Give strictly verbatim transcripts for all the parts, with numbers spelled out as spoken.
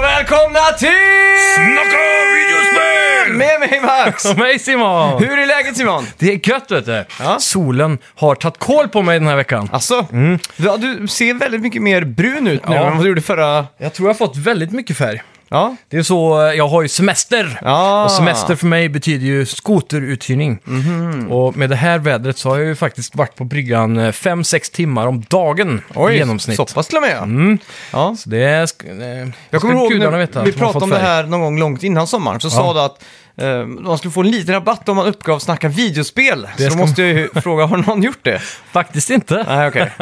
välkomna till Snacka videospel! Med mig Max! Och mig Simon! Hur är läget Simon? Det är gött vet du. Ja. Solen har tagit koll på mig den här veckan. Alltså, Mm. du, du ser väldigt mycket mer brun ut nu Ja. än vad du gjorde förra... Jag tror jag har fått väldigt mycket färg. Ja. Det är så, jag har ju semester. Ah. Och semester för mig betyder ju skoteruthyrning. Mhm. Och med det här vädret så har jag ju faktiskt varit på bryggan fem sex timmar om dagen i genomsnitt. så pass till och med. Ja. Mm. Ja. Så det är... sk- det Jag kommer ska ihåg gudarna när veta vi som har pratade fått om det färg. här någon gång långt innan sommaren. Så Ja. sa du att eh, man skulle få en liten rabatt om man uppgav snacka videospel. Det Så då ska måste jag ju fråga, har någon gjort det? Faktiskt inte. Nej, okej.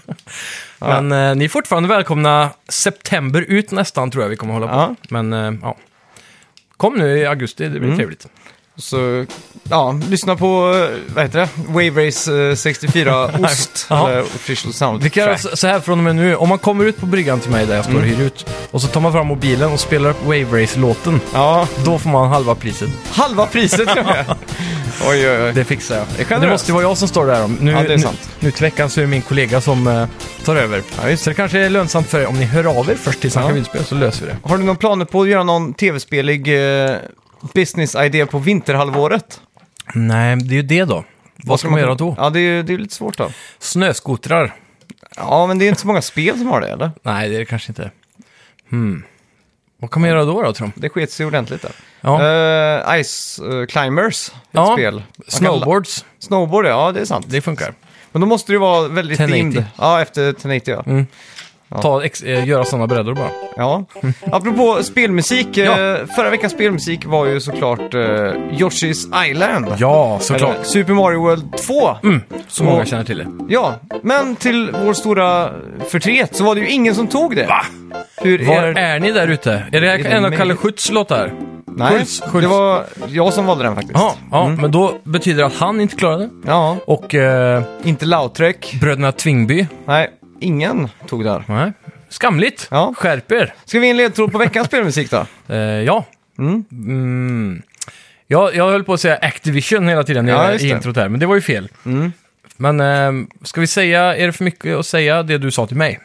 Men eh, ni är fortfarande välkomna september ut nästan tror jag vi kommer hålla på. Ja. Men eh, ja, kom nu i augusti, det blir Mm. trevligt. Så, ja, lyssna på, eh, vad heter det? Wave Race eh, sextiofyra Ost, Ja. eller Official Sound. Vi kan göra så så här från och med nu, om man kommer ut på bryggan till mig där jag står och Mm. hyr ut och så tar man fram mobilen och spelar upp Wave Race-låten, Ja, då får man halva priset. halva priset till och med. Oj, oj, oj. Det fixar jag. är Det generöst. måste ju vara jag som står där. Nu, Ja, det är nu, sant. nu till veckan så är det min kollega som eh, tar över. Ja, just Så det kanske är lönsamt för er om ni hör av er först till Snacka Ja. videospel så löser vi det. Har du några planer på att göra någon tv-spelig eh, business-idé på vinterhalvåret? Nej, det är ju det då. Vad ska man göra då? Ja, det är, det är lite svårt då. Snöskotrar? Ja, men det är inte så många spel som har det, eller? Nej, det är det kanske inte. Hmm. Vad kan man göra då, då tror du? Det sket sig ordentligt där. Ja. Eh, Ice eh, Climbers, ett Ja, spel. Man kan- Snowboards, Snowboard, ja, det är sant. det funkar. Men då måste det ju vara väldigt tio åttio. themed. Ja, efter tio åttio, ja. Mm. Ja. Ta, ex, eh, göra sådana brädor bara. Ja. Apropå spelmusik, eh, Ja. förra veckans spelmusik var ju såklart eh, Yoshi's Island. Ja, såklart. Eller Super Mario World två. Mm, så många Och- känner till det. Ja, men till vår stora förtret så var det ju ingen som tog det. Va? Hur Var är... är ni där ute? Är det Är det en av mig? Kalle Schütz låtar? Nej, Schultz, Schultz. det var jag som valde den faktiskt. Ja, ja men då betyder det att han inte klarade. Ja, Och eh, inte Lautrec. bröderna Tvingby. Nej, ingen tog där. Nej. Skamligt. Ja. Skärp er. Ska vi ge en ledtråd på veckans spelmusik då? Eh, ja. Mm. Mm. Jag, jag höll på att säga Activision hela tiden Ja, i, just i det. introt här, men det var ju fel. Mm. Men eh, ska vi säga, är det för mycket att säga det du sa till mig?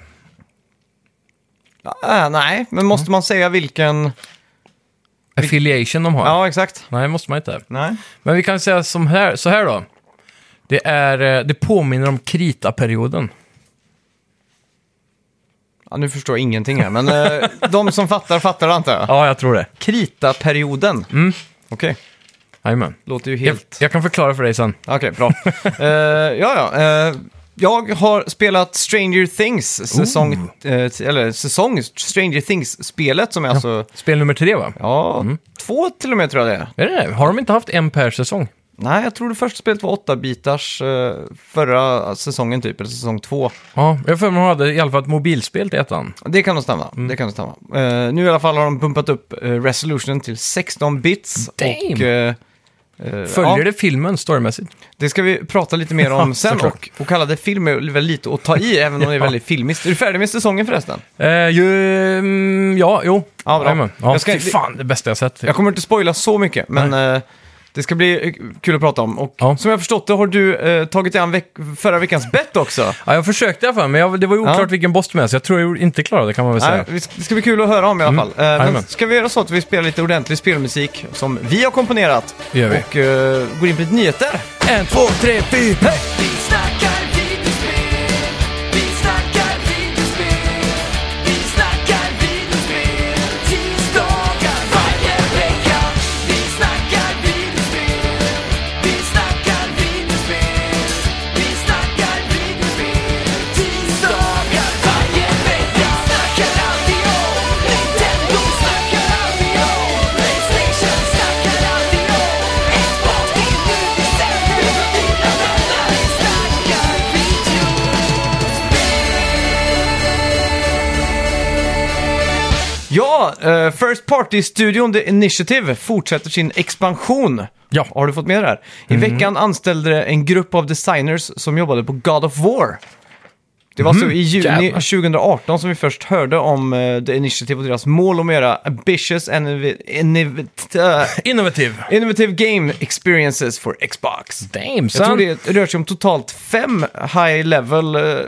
Äh, nej, men måste man säga vilken... Affiliation de har? Ja, exakt. Nej, måste man inte. Nej. Men vi kan säga som här, så här då. Det, är, eh, det påminner om Krita-perioden. Ja, nu förstår jag ingenting här, men eh, de som fattar, fattar antar jag. Ja, jag tror det. Krita-perioden. Mm. Okej, Jajamän. låter ju Jag, helt... jag kan förklara för dig sen. Okej, bra. Eh, ja, ja. eh, jag har spelat Stranger Things, säsong, eh, t- eller säsong Stranger Things-spelet som är alltså... Spel nummer tre, va? Ja, två till och med tror jag det är. Är det det? Har de inte haft en per säsong? Nej, jag tror det första spelet var åtta bitars eh, förra säsongen typ, eller säsong två. Ja, jag för mig de hade i alla fall ett mobilspel till ettan. Det kan nog stämma. Mm. Det kan nog stämma. Eh, nu i alla fall har de pumpat upp uh, resolutionen till sexton bits. Damn. Och, eh, eh, Följer ja, det filmen storymässigt? det ska vi prata lite mer om Ja, sen. såklart. Och, och kalla det film är väl lite att ta i, även om det är väldigt filmiskt. Är du färdig med säsongen förresten? Eh, ju, mm, ja, jo. Ja, bra. Jajamän. Ja, Jag ska- fy fan, det bästa jag sett. Jag kommer inte spoila så mycket, men eh, det ska bli eh, kul att prata om. Och Ja. som jag har förstått det har du eh, tagit dig an veck- förra veckans bett också. Ja, jag försökte i alla fall, men jag, det var ju oklart Ja. vilken boss med, så jag tror jag inte klarade det, kan man väl Nej, säga. vi ska- det ska bli kul att höra om i alla Mm. fall. Eh, men Jajamän. ska vi göra så att vi spelar lite ordentlig spelmusik som vi har komponerat Det gör vi. och eh, går in på lite nyheter. En, två, tre, fyra! Hej! Vi snackar videospel, vi snackar videospel, vi snackar videospel, tisdagar varje vecka. Vi snackar videospel, vi snackar videospel, vi snackar videospel, tisdagar varje vecka. Snackar alltid om Nintendo, snackar alltid om PlayStation, snackar alltid om Xbox, det är nu vi sätter dina vänner. Vi snackar videospel. Ja, eh, First Party-studion The Initiative fortsätter sin expansion. Ja. Har du fått med det här? I veckan anställde det en grupp av designers som jobbade på God of War. Det var så i juni jävlar. tjugo arton som vi först hörde om eh, The Initiative och deras mål om att göra ambitious and innovative, innovative, Innovativ. innovative game experiences for Xbox. Damn, Jag tror son. det rör sig om totalt fem high-level eh,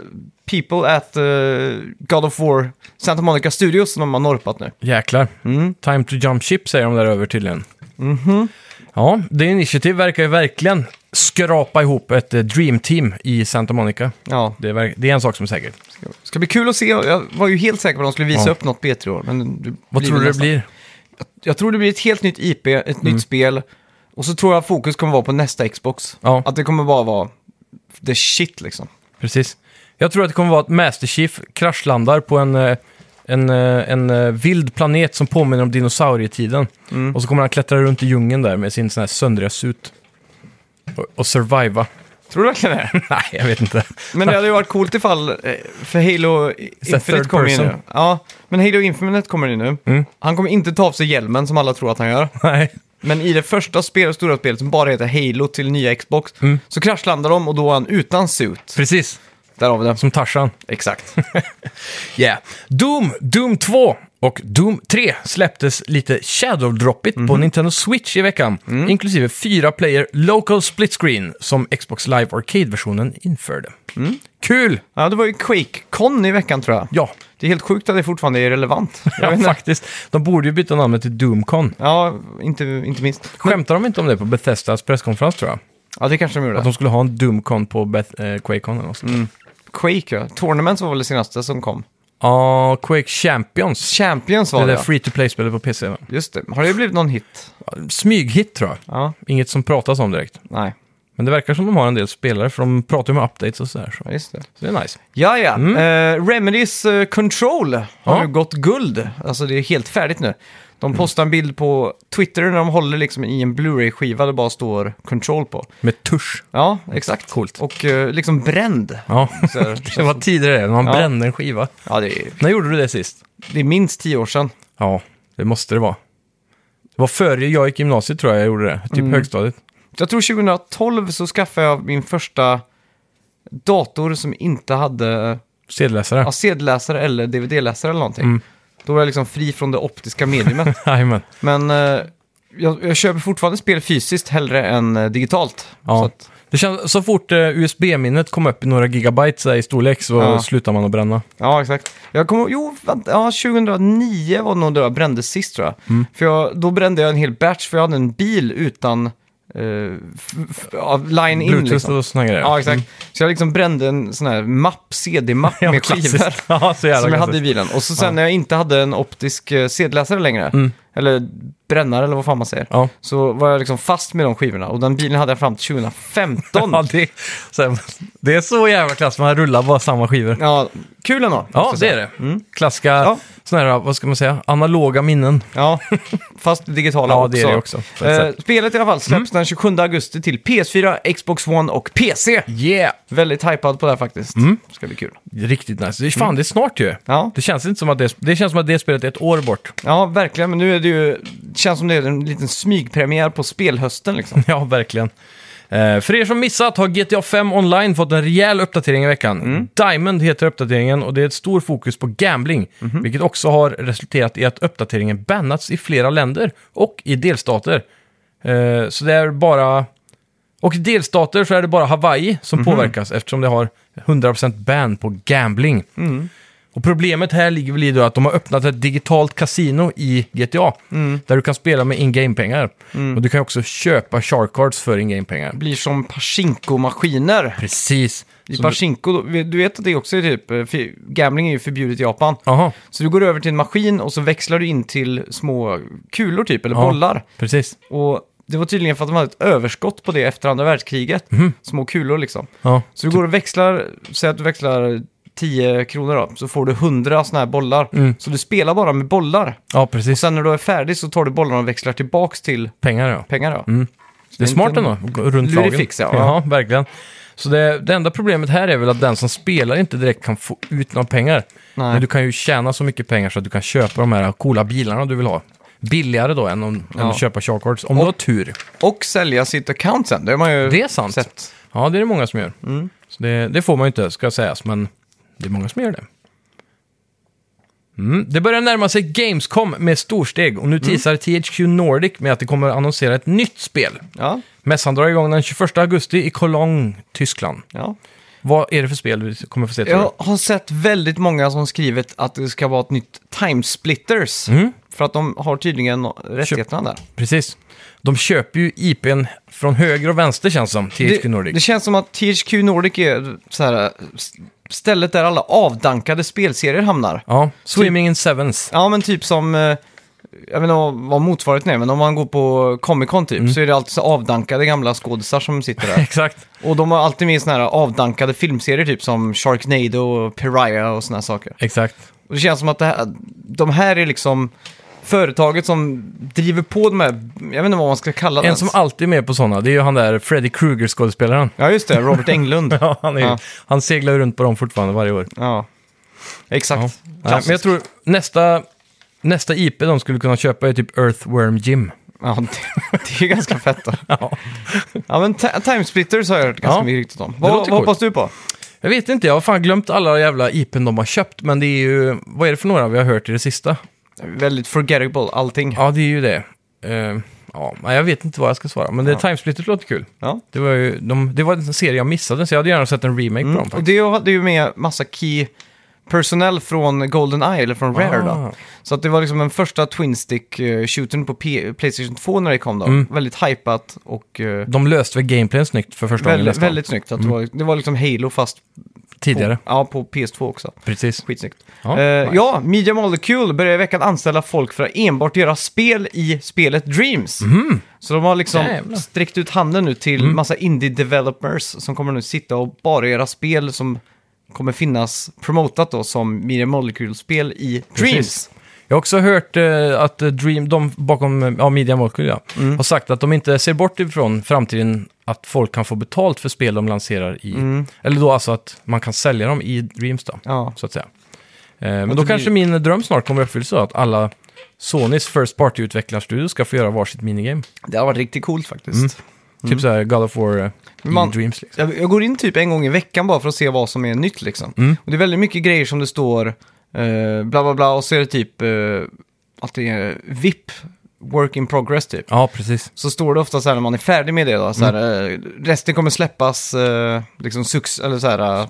people at uh, God of War Santa Monica Studios som de har norpat nu. Jäklar. Mm. Time to jump ship säger de där över tydligen. Mhm. Ja, det Initiative verkar ju verkligen skrapa ihop ett eh, Dream Team i Santa Monica. Ja, Det är, verk- det är en sak som är säker. ska bli kul att se. Jag var ju helt säker på att de skulle visa Ja. upp något B tre år. Men det Vad blir tror väl du det nästan. blir? Jag tror det blir ett helt nytt I P, ett nytt spel. Och så tror jag fokus kommer vara på nästa Xbox. Ja. Att det kommer bara vara the shit liksom. Precis. Jag tror att det kommer vara att Master Chief kraschlandar på en, eh, en, eh, en eh, vild planet som påminner om dinosaurietiden. Mm. Och så kommer han klättra runt i djungeln där med sin sån här söndriga suit. Och, och surviva. Tror du verkligen det? Nej, jag vet inte. Men det hade ju varit coolt ifall, eh, för Halo Infinite third kommer in person. nu. Ja, men Halo Infinite kommer in nu. Mm. Han kommer inte ta av sig hjälmen som alla tror att han gör. Nej. Men i det första spel, stora spelet som bara heter Halo till nya Xbox, Mm. så kraschlandar de och då är han utan suit. Precis. Där har vi det. Som Tarzan. Exakt. Yeah. Doom, Doom två och Doom tre släpptes lite shadow-droppigt Mhm. på Nintendo Switch i veckan. Mm. Inklusive fyra player local split screen som Xbox Live Arcade-versionen införde. Mm. Kul! Ja, det var ju QuakeCon i veckan tror jag. Ja, Det är helt sjukt att det fortfarande är relevant. Jag ja vet inte. faktiskt. De borde ju byta namnet till Doomcon. Ja, inte, inte minst. Men, Skämtar de inte om det på Bethesdas presskonferens tror jag? ja, det kanske de gjorde. Att de skulle ha en Doomcon på Beth- eh, QuakeCon eller något sånt. Mm. Quake, ja. Tournaments var väl det senaste som kom. Ja, Quake Champions. Champions Det var är det, det ja. free-to-play-spelet på P C. Va? Just det. Har det blivit någon hit? Smyghit tror jag. Ja, Inget som pratas om direkt. nej. Men det verkar som de har en del spelare, för de pratar ju med updates och sådär. Så, Ja, just det. så det är nice. Ja, ja. Mm. Eh, Remedys eh, Control har Ja. nu gått guld. Alltså det är helt färdigt nu. De postar en bild på Twitter när de håller liksom i en Blu-ray-skiva det bara står Control på. Med tusch. Ja, exakt. Coolt. Och eh, liksom bränd. Ja, Så här, det var tidigare när man Ja. brände en skiva. Ja, det är, När gjorde du det sist? det är minst tio år sedan. Ja, det måste det vara. Det var före jag gick i gymnasiet tror jag jag gjorde det. Typ Mm. högstadiet. Jag tror tjugohundratolv så skaffade jag min första dator som inte hade Sedelläsare. ja, C D-läsare eller D V D-läsare eller någonting. Mm. Då var jag liksom fri från det optiska mediumet. Jajamän. Men eh, jag, jag köper fortfarande spel fysiskt hellre än eh, digitalt. Ja. Så att, Det känns, så fort eh, U S B-minnet kom upp i några gigabyte så här, i storlek så Ja. slutar man att bränna. ja, exakt. Jag kommer, jo, vänta, ja, tjugohundranio var nog då jag brände sist tror jag. Mm. För jag, då brände jag en hel batch för jag hade en bil utan eh, f- f- ja, line in. Bluetooth Liksom. och såna grejer. Ja, exakt. Så jag liksom brände en sån här mapp, C D-mapp Ja, med klassiskt. skivor. Ja, så jävla Som jag hade i klassiskt. bilen. Och så sen Ja. när jag inte hade en optisk eh, C D-läsare längre, Mm. eller brännare eller vad fan man säger, Ja. så var jag liksom fast med de skivorna. Och den bilen hade jag fram till tjugohundrafemton. Ja, det, så här, det är så jävla klass, man rullar bara samma skivor. Ja, kul ändå. Ja, måste jag det är säga. det. Mm. Klassiska, Ja. såna här, vad ska man säga, analoga minnen. Ja, fast digitala Ja, också. det är det också. på ett Eh, sätt. spelet i alla fall släpps den tjugosjunde augusti till P S fyra, Xbox One och P C. Yeah! Väldigt hypad på det här faktiskt. Mm. Ska bli kul. Riktigt nice. Det är, fan, det är snart ju. Ja. Det känns inte som att det, det känns som att det spelet är ett år bort. Ja, verkligen. Men nu är det ju... Det känns som det är en liten smygpremiär på spelhösten liksom. Ja, verkligen. Eh, för er som missat har G T A fem Online fått en rejäl uppdatering i veckan. Mm. Diamond heter uppdateringen och det är ett stort fokus på gambling. Mhm. Vilket också har resulterat i att uppdateringen bannats i flera länder och i delstater. Eh, så det är bara... Och i delstater så är det bara Hawaii som påverkas eftersom det har hundra procent ban på gambling. Mm. Och problemet här ligger väl i då att de har öppnat ett digitalt kasino i G T A. Mm. Där du kan spela med in-game-pengar. Och du kan också köpa shark cards för in-game-pengar. Blir som Pachinko-maskiner. Precis. I Så Pachinko, då- du vet att det också är typ... eh, för- Gambling är ju förbjudet i Japan. du, aha, Så du går över till en maskin och så växlar du in till små kulor typ, eller Ja. bollar. precis. Och det var tydligen för att de hade ett överskott på det efter andra världskriget. Mhm. Små kulor liksom. Ja. Så du går och växlar, säg att du växlar tio kronor då, så får du hundra sådana här bollar. Mm. Så du spelar bara med bollar. ja, Och precis. sen när du är färdig så tar du bollarna och växlar tillbaks till Pengar, ja. pengar då. Mm. Det är en smart liten ändå, att gå runt lagen. lurifix, ja. Ja, verkligen. Så det, det enda problemet här är väl att den som spelar inte direkt kan få ut några pengar. Nej. Men du kan ju tjäna så mycket pengar så att du kan köpa de här coola bilarna du vill ha. Billigare då än, om, än Ja. att köpa shark cards, om du har tur. Och sälja sitt account sen, det har man ju Det är sant. sett. Ja, det är det många som gör. Mm. Så det, det får man ju inte, ska sägas, men det är många som gör det. Mm. Det börjar närma sig Gamescom med storsteg och nu teasar T H Q Nordic med att det kommer att annonsera ett nytt spel. Ja, Mässan drar igång den tjugoförsta augusti i Cologne, Tyskland. ja. Vad är det för spel vi kommer få se, tror Jag har sett väldigt många som skrivit att det ska vara ett nytt Time Splitters. du? Mm, För att de har tydligen rättigheterna där. precis. De köper ju I P:n från höger och vänster, känns som, T H Q Det, Nordic. det känns som att T H Q Nordic är så här, stället där alla avdankade spelserier hamnar. Ja, Swimming in Sevens. Ja, men typ som, eh, jag vet inte vad motsvarigheten är, men om man går på Comic Con typ, så är det alltid så avdankade gamla skådisar som sitter där. Exakt. Och de har alltid med såna här avdankade filmserier typ som Sharknado och Pariah och såna här saker. Exakt. Och det känns som att det här, de här är liksom företaget som driver på de här, jag vet inte vad man ska kalla det. En som alltid är med på sådana, det är ju han där Freddy Krueger-skådespelaren. Ja, just det, Robert Englund. Ja, han, är, Ja. han seglar ju runt på dem fortfarande varje år. Ja, exakt. Ja. Nej, men jag tror nästa, nästa I P de skulle kunna köpa är typ Earthworm Jim. Ja, det, det är ganska fett då. Ja. Ja, men ta- Time Splitters har jag hört ganska Ja, mycket riktigt om. det Vad, låter vad coolt. hoppas du på? Jag vet inte, jag har fan glömt alla jävla I P:n de har köpt, men det är ju, vad är det för några vi har hört i det sista? Väldigt forgettable, allting. Ja, det är ju det. Uh, ja, nej, jag vet inte vad jag ska svara, men det Ja. Time Splitters låter kul. Ja. Det var ju de, det var en serie jag missade, så jag hade gärna sett en remake på dem Mm. Och faktiskt. det hade ju med massa key personnel från GoldenEye, eller från Rare då. Ah. Så att det var liksom den första Twin Stick-shootern på P- Playstation två när det kom då. Mm. Väldigt hypat och uh, De löste väl gameplayen snyggt för första gången väldigt, nästan. väldigt snyggt. Att det, var, det var liksom Halo fast Tidigare. På, ja, på P S två också. Precis. Skitsnyggt. Ja, Ja, nice. ja, Media Molecule börjar i veckan anställa folk för att enbart göra spel i spelet Dreams. Mhm. Så de har liksom Jävlar. sträckt ut handen nu till Mm. massa indie-developers som kommer nu sitta och bara göra spel som kommer finnas promotat då som Media Molecule-spel i Dreams. Precis. Jag har också hört eh, att eh, Dream, de bakom eh, ja, Media Molecule, ja, Mm. har sagt att de inte ser bort ifrån framtiden att folk kan få betalt för spel de lanserar i... Mm. Eller då alltså att man kan sälja dem i Dreams då, Ja. så att säga. Eh, men då det blir- kanske min dröm snart kommer uppfyllas, så att alla Sonys First Party-utvecklarstudior ska få göra varsitt minigame. Det har varit riktigt coolt faktiskt. Mm. Typ så här God of War eh, Man- i Dreams liksom. Jag, jag går in typ en gång i veckan bara för att se vad som är nytt liksom. Mm. Och det är väldigt mycket grejer som det står eh, bla bla bla och så är det typ eh, att det är V I P, work in progress typ. Ja, precis. Så står det ofta så här när man är färdig med det då, så här, eh, resten kommer släppas eh, liksom sux, eller så här, eh,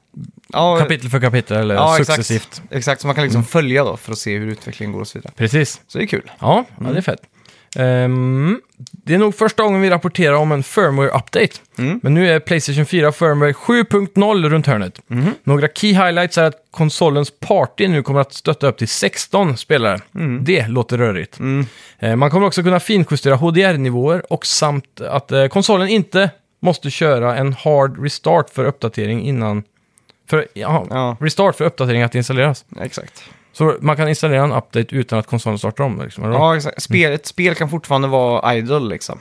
ja, Kapitel för kapitel eller ja, exakt. successivt. Exakt, så man kan liksom följa då för att se hur utvecklingen går och så vidare. Precis. Så det är kul. Ja, ja det är fett. Ehm, det är nog första gången vi rapporterar om en firmware-update. Mm. Men nu är PlayStation fyra firmware sju punkt noll runt hörnet. Mhm. Några key highlights är att konsolens party nu kommer att stötta upp till sexton spelare. Det låter rörigt. Mm. Eh, man kommer också kunna finjustera H D R-nivåer och samt att eh, konsolen inte måste köra en hard restart för uppdatering innan... För, ja, Ja. restart för uppdatering att installeras. Exakt. Så man kan installera en update utan att konsolen startar om. Liksom, eller? Ja, exakt. Spel, ett spel kan fortfarande vara idle liksom.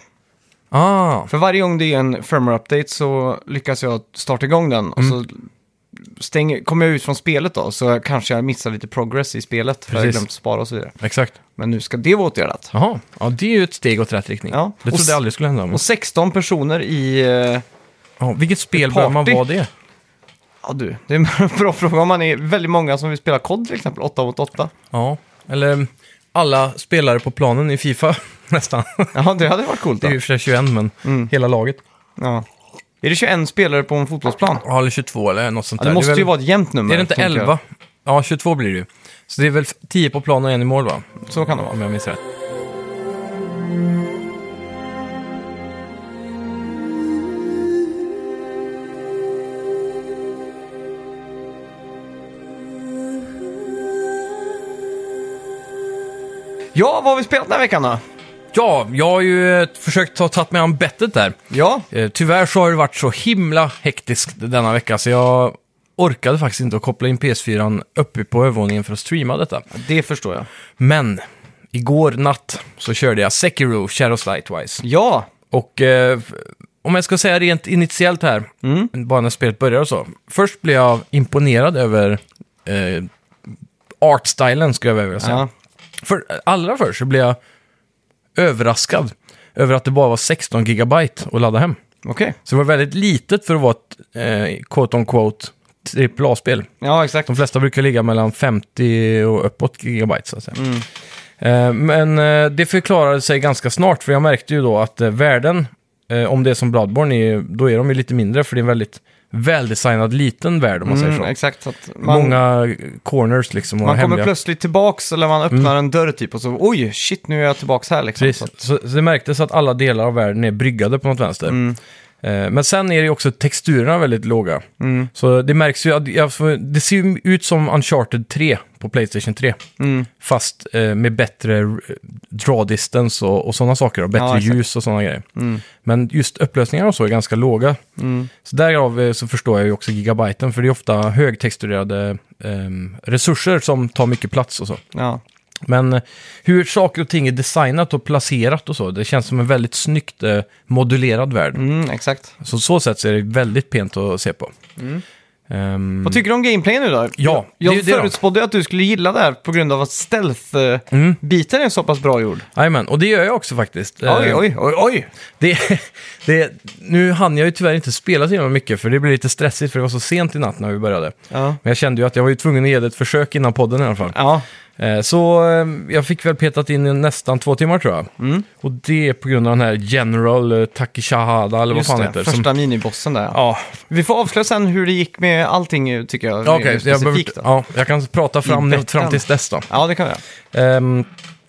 Ah, För varje gång det är en firmware-update så lyckas jag starta igång den och så stänger, kommer jag ut från spelet då, så kanske jag missar lite progress i spelet för jag har Precis. glömt spara och så vidare. exakt. Men nu ska det vara åtgärdat. Jaha, ja, det är ju ett steg åt rätt riktning. Ja. Det Och trodde s- jag aldrig skulle hända. Men... Och sexton personer i... eh, Ja, vilket spel ett bör man party. vara det? Ja du, det är en bra fråga. Om man är väldigt många som vill spela C O D till exempel, åtta mot åtta. Ja, eller alla spelare på planen i FIFA nästan. Ja, det hade varit coolt Det då. är ju för sig tjugoett, men Mm. hela laget. Ja. Är det tjugoett spelare på en fotbollsplan? Ja, eller tjugotvå eller något sånt Ja, där. det måste är väl... ju vara ett jämnt nummer. Är det inte tänker jag. elva? Ja, tjugotvå blir det ju. Så det är väl tio på plan och en i mål, va? Så kan det vara. Om jag minns rätt. Ja, vad har vi spelat den här veckan då? Ja, jag har ju eh, försökt ta tagit mig an bettet där. Ja, Eh, tyvärr så har det varit så himla hektiskt denna vecka, så jag orkade faktiskt inte att koppla in P S fyra uppe på övervåningen för att streama detta. det förstår jag. Men igår natt så körde jag Sekiro Shadows Lightwise. Ja, Och eh, f- om jag ska säga rent initiellt här, Mm. bara när spelet börjar och så. Först blev jag imponerad över eh, artstylen, skulle jag vilja säga. ja. För, allra först så blev jag överraskad över att det bara var sexton gigabyte att ladda hem. okej. Så det var väldigt litet för att vara ett eh, quote on quote trippel A-spel. Ja, exakt. De flesta brukar ligga mellan femtio och uppåt gigabyte så att säga. Mm. Eh, men eh, det förklarade sig ganska snart, för jag märkte ju då att eh, världen eh, om det är som Bloodborne, är, då är de ju lite mindre för det är en väldigt väldesignad liten värld om man Mm, säger så. exakt. Så att man, Många corners liksom. Och man kommer hemliga. plötsligt tillbaks eller man öppnar en dörr typ och så oj, shit, nu är jag tillbaks här liksom. Precis. Så att, Så, så det märktes att alla delar av världen är bryggade på något vänster. mm, Eh, men sen är det ju också texturerna väldigt låga. mm, Så det märks ju att jag får- det ser ju ut som Uncharted tre på PlayStation tre. mm, Fast eh, med bättre eh, draw distance och, och sådana saker. Och bättre Ja, exakt. ljus och sådana grejer. mm, Men just upplösningar och så är ganska låga. mm. Så därav eh, så förstår jag ju också gigabyten. För det är ofta högtexturerade ehm, resurser som tar mycket plats och så. Ja. Men eh, hur saker och ting är designat och placerat och så, det känns som en väldigt snyggt eh, modulerad värld. Mm, exakt. Så så sätt så är det väldigt pent att se på. Mm. Ehm, Vad tycker du om gameplay nu då? Ja, det är jag ju det då. förutspådde att du skulle gilla det här på grund av att stealth-biten Mm. är så pass bra gjord. Jajamän, och det gör jag också faktiskt. Oj, Ehm, oj, oj, oj! Det, det, nu hann jag ju tyvärr inte spela så himla mycket för det blev lite stressigt för det var så sent i natt när vi började. Ja. Men jag kände ju att jag var ju tvungen att ge det ett försök innan podden i alla fall. Ja. Eh, Så eh, jag fick väl petat in i nästan två timmar tror jag. Mm. Och det är på grund av den här General eh, Takishahada eller vad Just fan det, heter. första Som, minibossen där. ja, Vi får avslöja sen hur det gick med allting, tycker jag. okej. mer så jag, behöver- specifikt då. ja, jag kan prata fram, I fram veckan. tills dess då. Ja, det kan vi göra. Ehm,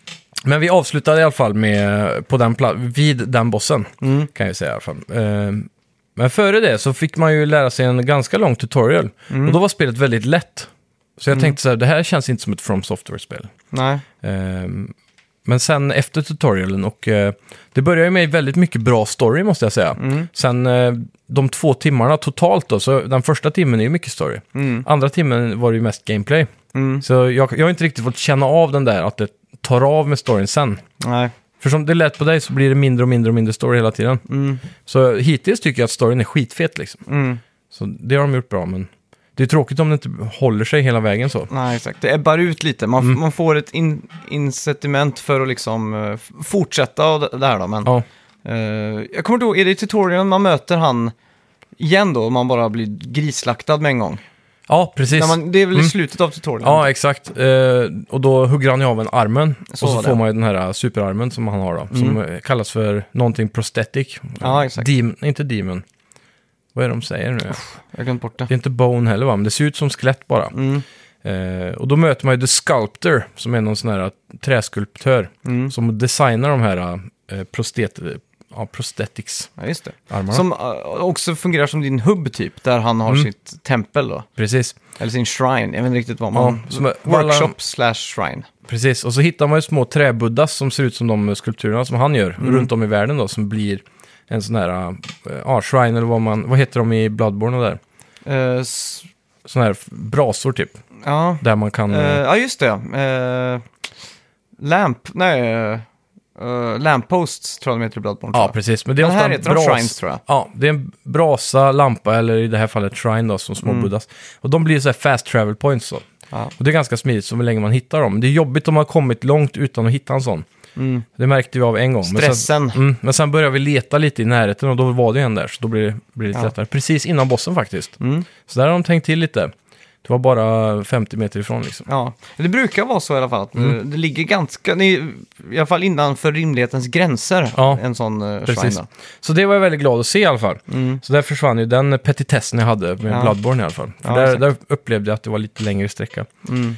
men vi avslutade i alla fall med, på den pla- vid den bossen, Mm. kan jag säga i alla fall. Ehm, men före det så fick man ju lära sig en ganska lång tutorial. Mm. Och då var spelet väldigt lätt. Så jag tänkte så här, det här känns inte som ett From Software-spel. Nej. Ehm, men sen efter tutorialen och eh, det börjar ju med väldigt mycket bra story måste jag säga. Mm. Sen eh, de två timmarna totalt då, så den första timmen är ju mycket story. Mm. Andra timmen var det ju mest gameplay. Mm. Så jag, jag har inte riktigt fått känna av den där att det tar av med storyn sen. Nej. För som det lät på dig så blir det mindre och mindre och mindre story hela tiden. Mm. Så hittills tycker jag att storyn är skitfet liksom. Mm. Så det har de gjort bra, men det är tråkigt om det inte håller sig hela vägen så. Nej, exakt. Det ebbar ut lite. Man, Mm. man får ett in, incitament för att liksom eh, f- fortsätta och det det här då. Men, Ja, eh, jag kommer inte ihåg, är det i tutorialen man möter han igen då? Och man bara blir grislaktad med en gång. ja precis. När man, det är väl i Mm. slutet av tutorialen? Ja, exakt. Eh, och då hugger han ju av en armen. Så och så var får det. man ju den här uh, superarmen som han har då. Som eh, kallas för någonting prosthetic. Ja, exakt. Demon, inte demon. Vad är det de säger nu? Jag har glömt bort det. Det är inte bone heller va? Men det ser ut som skelett bara. Mm. Eh, och då möter man ju The Sculptor som är någon sån här träskulptör. Mm. Som designar de här uh, prostet, ja, prosthetics Ja, just det. armarna. Som eh, också fungerar som din hubb typ, där han har Mm. sitt tempel då. Precis. Eller sin shrine, jag vet inte riktigt vad man... Ja, som är- Workshop slash shrine. Precis, och så hittar man ju små träbuddas som ser ut som de skulpturerna som han gör Mm. runt om i världen då, som blir en sån här, äh, ja, shrine eller vad man, vad heter de i Bloodborne och där? Eh, s- Sån här brasor typ, ja. där man kan, Eh, äh, ja, just det. Uh, lamp, nej, uh, lampposts tror jag de heter i Bloodborne. ja tror jag. precis, men det är Den ofta här en heter de bras, shrines tror jag. ja, det är en brasa, lampa eller i det här fallet shrine då, som små Mm. buddas. Och de blir så här fast travel points så. Ja. Och det är ganska smidigt så länge man hittar dem. Det är jobbigt om man har kommit långt utan att hitta en sån. Mm. Det märkte vi av en gång. Men sen, Stressen. mm, men sen började vi leta lite i närheten och då var det en där. Så då blir det, blir det lite Ja. lättare. Precis innan bossen faktiskt. Mm. Så där har de tänkt till lite. Det var bara femtio meter ifrån liksom. Ja, det brukar vara så i alla fall. Att Mm. det, det ligger ganska, det är, i alla fall innanför rimlighetens gränser, Ja, en sån uh, Precis. shrine. Då. Så det var jag väldigt glad att se i alla fall. Mm. Så där försvann ju den petitessen jag hade med Ja. Bloodborne i alla fall. För Ja, där, exakt. där upplevde jag att det var lite längre sträcka. Mm.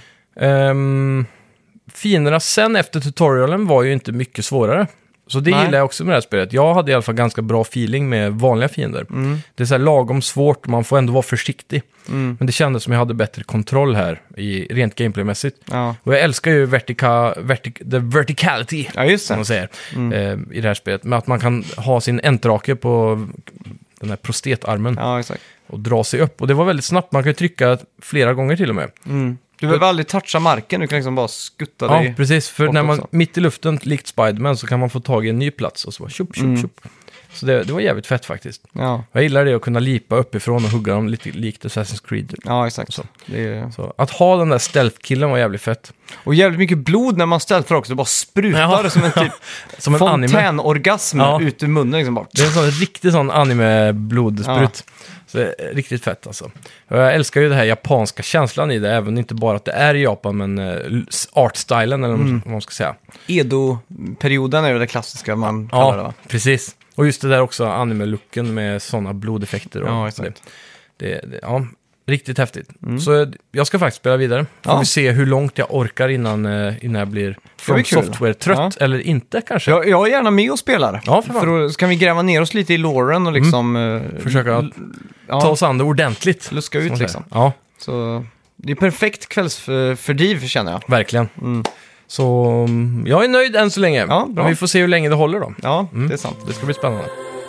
Um, finerna sen efter tutorialen var ju inte mycket svårare. Så det Nej. gillar jag också med det här spelet. Jag hade i alla fall ganska bra feeling med vanliga fiender. Mm. Det är så här lagom svårt, man får ändå vara försiktig. Mm. Men det kändes som jag hade bättre kontroll här, i, rent gameplaymässigt. Ja. Och jag älskar ju vertica, vertic, the verticality, ja, just som det. man säger, Mm. eh, i det här spelet. Med att man kan ha sin entrake på den här prostetarmen Ja, exakt. och dra sig upp. Och det var väldigt snabbt, man kan ju trycka flera gånger till och med. Mm. Du behöver aldrig toucha marken, du kan liksom bara skutta Ja, dig. precis. För bort när man också. mitt i luften, likt Spiderman, så kan man få tag i en ny plats och så bara tjup, tjup, Mm. tjup. Så det, det var jävligt fett faktiskt. Ja. Jag gillar det att kunna lipa uppifrån och hugga dem lite likt Assassin's Creed. ja, exakt. Så. Det är... Så att ha den där stealth-killen var jävligt fett. Och jävligt mycket blod när man stealthar också, det bara sprutar Ja. som en typ Som en anime. fontänorgasm Ja. ut ur munnen liksom bara. Det är en sån riktig sån anime-blodsprut. Så det är riktigt fett alltså. Och jag älskar ju det här japanska känslan i det, även inte bara att det är i Japan, men uh, art-stylen eller Mm. vad man ska säga. Edo-perioden är ju det klassiska man kallar det, Ja, va? precis. Och just det där också, anime-looken med sådana blodeffekter. Och Ja, exakt. Det, det, det, ja, riktigt häftigt. Så jag ska faktiskt spela vidare. Får Ja. vi se hur långt jag orkar innan, eh, innan jag blir From blir kul. Software-trött eller inte kanske. Jag, jag är gärna med och spelar. Ja, för fan. för då kan vi gräva ner oss lite i loren och liksom... eh, Försöka l- ja, ta oss an det ordentligt. luska som ut man liksom. säger. Ja, Så det är perfekt kvällsfördriv känner jag. verkligen. Så mm, jag är nöjd än så länge. Ja, bra. Men vi får se hur länge det håller då. Ja, det är sant. Det ska bli spännande.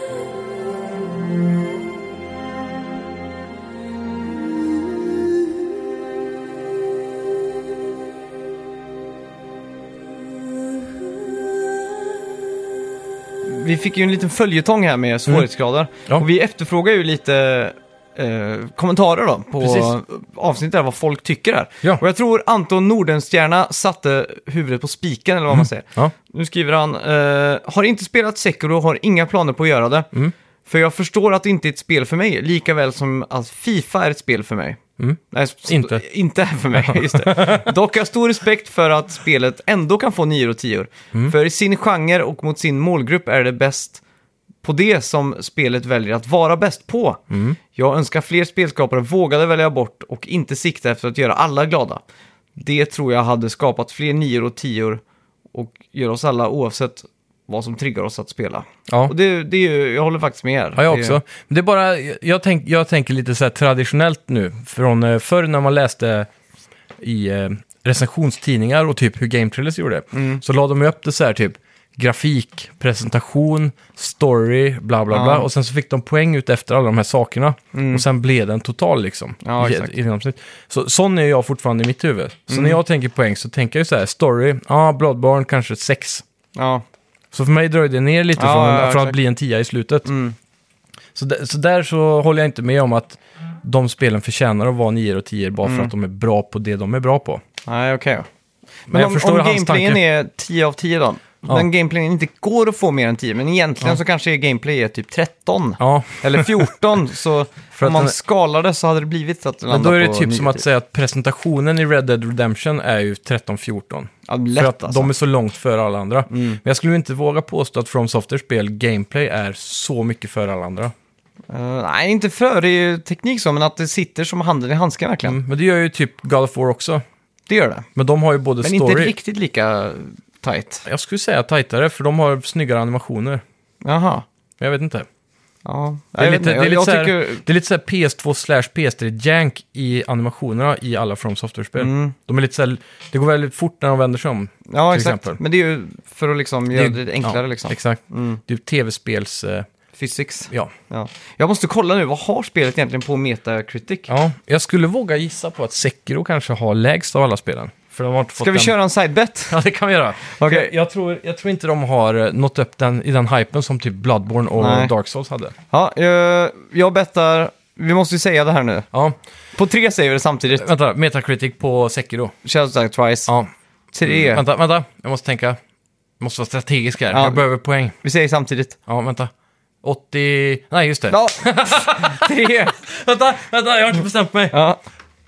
Vi fick ju en liten följetong här med svårighetsgrader. Ja. Och vi efterfrågar ju lite eh, kommentarer då på Precis. avsnittet där, vad folk tycker här. Ja. Och jag tror Anton Nordenstierna satte huvudet på spiken, eller vad man säger. Ja. Nu skriver han, eh, har inte spelat Sekiro och har inga planer på att göra det. Mm. För jag förstår att det inte är ett spel för mig, lika väl som att FIFA är ett spel för mig. Mm. Nej, s- Inte. Inte för mig, just det. Dock har jag stor respekt för att spelet ändå kan få nio och tio. Mm. För i sin genre och mot sin målgrupp är det bäst på det som spelet väljer att vara bäst på. Mm. Jag önskar fler spelskapare vågade välja bort och inte sikta efter att göra alla glada. Det tror jag hade skapat fler nio och tio och gör oss alla oavsett vad som triggar oss att spela. Ja. Och det, det är ju, jag håller faktiskt med er. Ja, jag Det- också. Men det är bara, jag, tänk, jag tänker lite så här traditionellt nu. Från eh, förr när man läste i eh, recensionstidningar och typ hur Game Trailers gjorde. Mm. Så la de ju upp det så här typ grafik, presentation, story, bla bla Ja. bla. Och sen så fick de poäng ut efter alla de här sakerna. Och sen blev det en total liksom. Ja, i- exakt. i genomsnitt. Så sån är jag fortfarande i mitt huvud. Så Mm. när jag tänker poäng så tänker jag ju så här, story, ja, ah, Bloodborne kanske sex. Ja. Så för mig dröjde det ner lite Ja, från, ja, från att exakt. bli en tia i slutet. Mm. Så, där, så där så håller jag inte med om att de spelen förtjänar att vara nio och tio bara Mm. för att de är bra på det de är bra på. Nej, okej. Men, Men jag om, förstår om hans gameplayen tanke. är tio av tio då? Ja. Den gameplayen inte går att få mer än tio, men egentligen så kanske gameplay är typ tretton. Ja, Eller fjorton, så För om att man den- skalar det så hade det blivit att det men då landar är det på typ nio som att säga att presentationen i Red Dead Redemption är ju tretton fjorton. Ja, För lätt att alltså. de är så långt före alla andra. Men jag skulle ju inte våga påstå att From Software spel gameplay är så mycket före alla andra. Eh, nej, inte för det är ju teknik så, men att det sitter som handen i handsken verkligen. Mm, men det gör ju typ God of War också. Det gör det. Men de har ju både Men story... inte riktigt lika tight. Jag skulle säga tajtare, för de har snyggare animationer. Jaha. Men jag vet inte. Ja, Det är jag vet lite, inte. det är Jag, lite, jag så här, tycker... det är lite så här P S två slash P S tre-jank i animationerna i alla From Software-spel. Mm. De är lite så här, det går väldigt fort när de vänder sig om. Ja, till exakt. exempel. Men det är ju för att liksom göra är- det enklare ja, liksom. Exakt. Mm. Det är ju tv-spels... eh, Physics. ja. Ja. Jag måste kolla nu, vad har spelet egentligen på Metacritic? ja, jag skulle våga gissa på att Sekiro kanske har lägst av alla spelen. För de har inte fått Ska vi den... köra en sidebet? Ja, det kan vi göra. Okej. Jag, jag, tror, jag tror inte de har eh, nått upp den, i den hypen som typ Bloodborne och Nej. Dark Souls hade. Ja, jag, jag bettar... Vi måste ju säga det här nu. Ja, På tre säger vi det samtidigt. vänta. Metacritic på Sekiro. Shadows Die Twice. Ja. Tre. Vänta, vänta. Jag måste tänka. Jag måste vara strategisk här. Ja. Jag behöver poäng. Vi säger samtidigt. Ja, vänta. åttio... Nej, just det. Ja, tre. Vänta, vänta, jag har inte bestämt mig. Ja.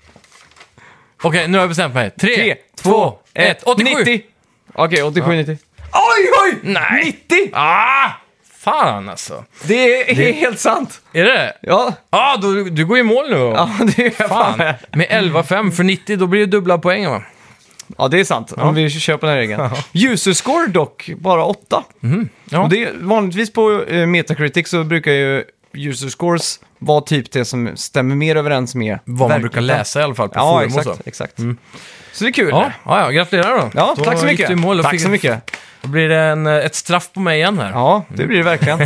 Okej, nu har jag bestämt mig. Tre, Tre, två, ett. åttiosju! nittio. Okej, åttiosju, nittio. Oj, oj! Nej. nittio! Ah! Fan alltså. Det är helt sant. Är det? Ja, Ja, ah, du, du går i mål nu. ja det är fan. Fan. Fan. Med elva fem för nittio, då blir det dubbla poäng va? Ja, det är sant. Om vi kör på den här regeln. User score dock, bara åtta. Ja. Och det är, vanligtvis på eh, Metacritic så brukar ju user scores vara typ det som stämmer mer överens med Vad man verkligheten. brukar läsa i alla fall på Ja, forum och exakt. så. exakt. Så det är kul. Ja, ja, ja, gratulerar då. Ja, Då tack så gick mycket. du i mål och Tack fick- så mycket. Då blir det en, ett straff på mig igen här. Ja, det blir det verkligen.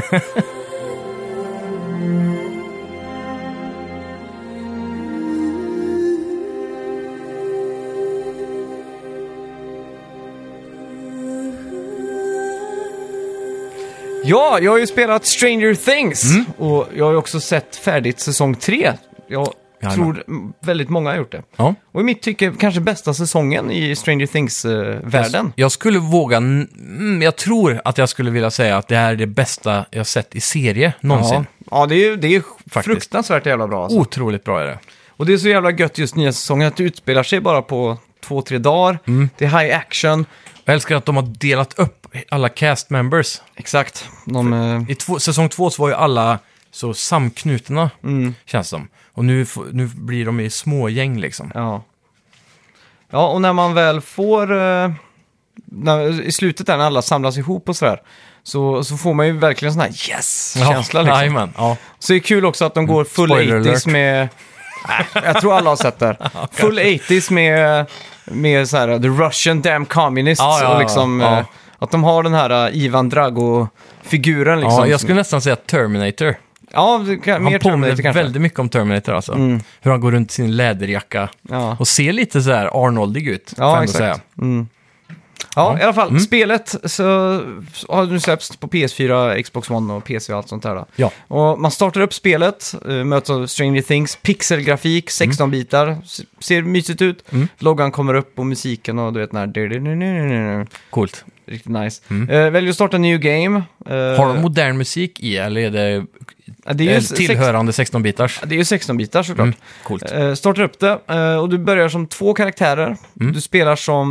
Ja, jag har ju spelat Stranger Things Mm. och jag har ju också sett färdigt säsong tre. Jag Jajamän. tror väldigt många har gjort det. Ja. Och i mitt tycke kanske bästa säsongen i Stranger Things-världen. Jag skulle våga, mm, jag tror att jag skulle vilja säga att det här är det bästa jag sett i serie någonsin. Ja, ja det är ju det är Faktiskt. fruktansvärt jävla bra. Alltså. Otroligt bra är det. Och det är så jävla gött just nya säsongen att det utspelar sig bara på två, tre dagar. Mm. Det är high action Jag älskar att de har delat upp alla cast members. Exakt. De, eh, I två, säsong två så var ju alla så samknutna, mm, känns som. Och nu, f- nu blir de i små gäng liksom. ja. Ja, och när man väl får... Eh, när, i slutet där när alla samlas ihop och sådär, så, så får man ju verkligen sån här yes-känsla liksom. Jajamän, ja. Så det är kul också att de går full Spoiler åttio alert. med... Nej, jag tror alla har sett det. Full åttio med, med så här, the Russian damn communists. Ja, ja, och liksom, ja. eh, att de har den här uh, Ivan Drago-figuren liksom. Ja, jag skulle nästan säga Terminator. Ja, det kan, Han mer påminner Terminator kanske. väldigt mycket om Terminator alltså. Mm. Hur han går runt i sin läderjacka Ja, och ser lite så här Arnoldig ut, får jag ja ändå exakt. säga. Mm. Ja, Ja. i alla fall. Mm. Spelet så har nu släppts på P S fyra, Xbox One och P C och allt sånt där. Då. Ja. Och man startar upp spelet, uh, möts av Stranger Things, pixelgrafik, sexton bitar, s- ser mysigt ut. Mm. Loggan kommer upp och musiken och du vet när... Coolt. Riktigt nice. Mm. Uh, väljer att starta new game. Uh, Har de modern musik i eller är det, ja, det är ju är sex- tillhörande sexton-bitars? det är ju sexton bitar såklart. Mm. Coolt. Uh, startar upp det uh, och du börjar som två karaktärer. Mm. Du spelar som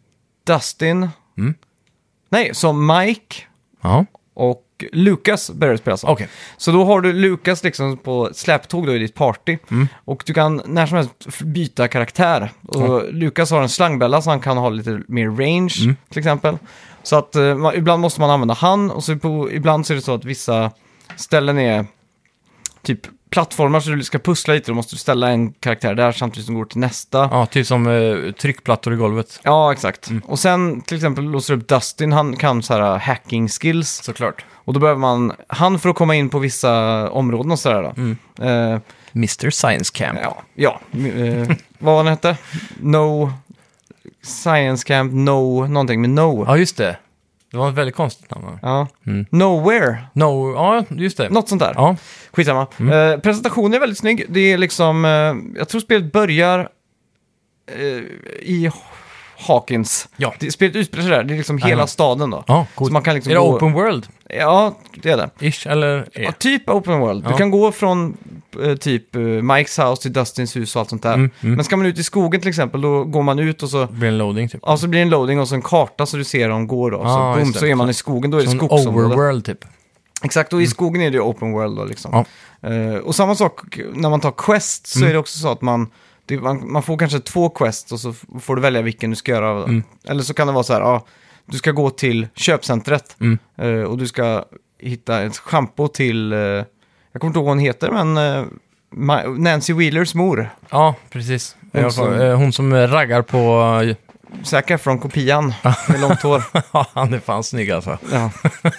Dustin. Mm. Nej, som Mike Ja, och Lucas börjar du spela som. okej. Så då har du Lucas liksom på släptåg då i ditt party. Mm. Och du kan när som helst f- byta karaktär. Och Lucas har en slangbälla så han kan ha lite mer range Mm. till exempel. Så att eh, man, ibland måste man använda han och så på, ibland så är det så att vissa ställen är typ plattformar så du ska pussla lite. Då måste du ställa en karaktär där samtidigt som du går till nästa. Ja, typ som eh, tryckplattor i golvet. Ja, exakt. Mm. Och sen till exempel låser du upp Dustin, han kan så här hacking skills. Såklart. Och då behöver man han för att komma in på vissa områden och sådär då. Mm. Eh, mister Science Camp. ja, ja. Eh, vad var den hette? No Science Camp, No, någonting med No. Ja, just det. Det var ett väldigt konstigt namn. va? Ja. Mm. Nowhere, No, ja, just det. något sånt där. Ja, Skitsamma. Mm. Eh, presentationen är väldigt snygg. Det är liksom, eh, jag tror spelet börjar eh, i Hawkins. Ja. Det, spelet utspelar sig där, det är liksom hela Jajamän. staden då. ja Så coolt. man kan liksom Är det gå... open world? Ja, det är det. Ish, eller? Ja, typ open world. Ja. Du kan gå från eh, typ eh, Mikes house till Dustins hus och allt sånt där. Mm, mm. Men ska man ut i skogen till exempel, då går man ut och så, Det blir en loading typ. ja, så blir det en loading och så en karta så du ser dem går då. Ja, så, boom, just det. så är man i skogen, då är det Som skogsområde. overworld typ. Exakt, och i skogen är det ju open world då liksom. Ja. Eh, och samma sak när man tar quest så Mm. är det också så att man, det, man, man får kanske två quest och så f- får du välja vilken du ska göra. av dem. Mm. Eller så kan det vara så här, ja, du ska gå till köpcentret Mm. eh, och du ska hitta ett schampo till, eh, jag kommer inte ihåg vad hon heter, men eh, Ma- Nancy Wheelers mor. Ja, precis. Hon Hon som- som, hon som raggar på... Zac Efron-kopian med långt hår. Ja, han är fan snygg alltså. Ja.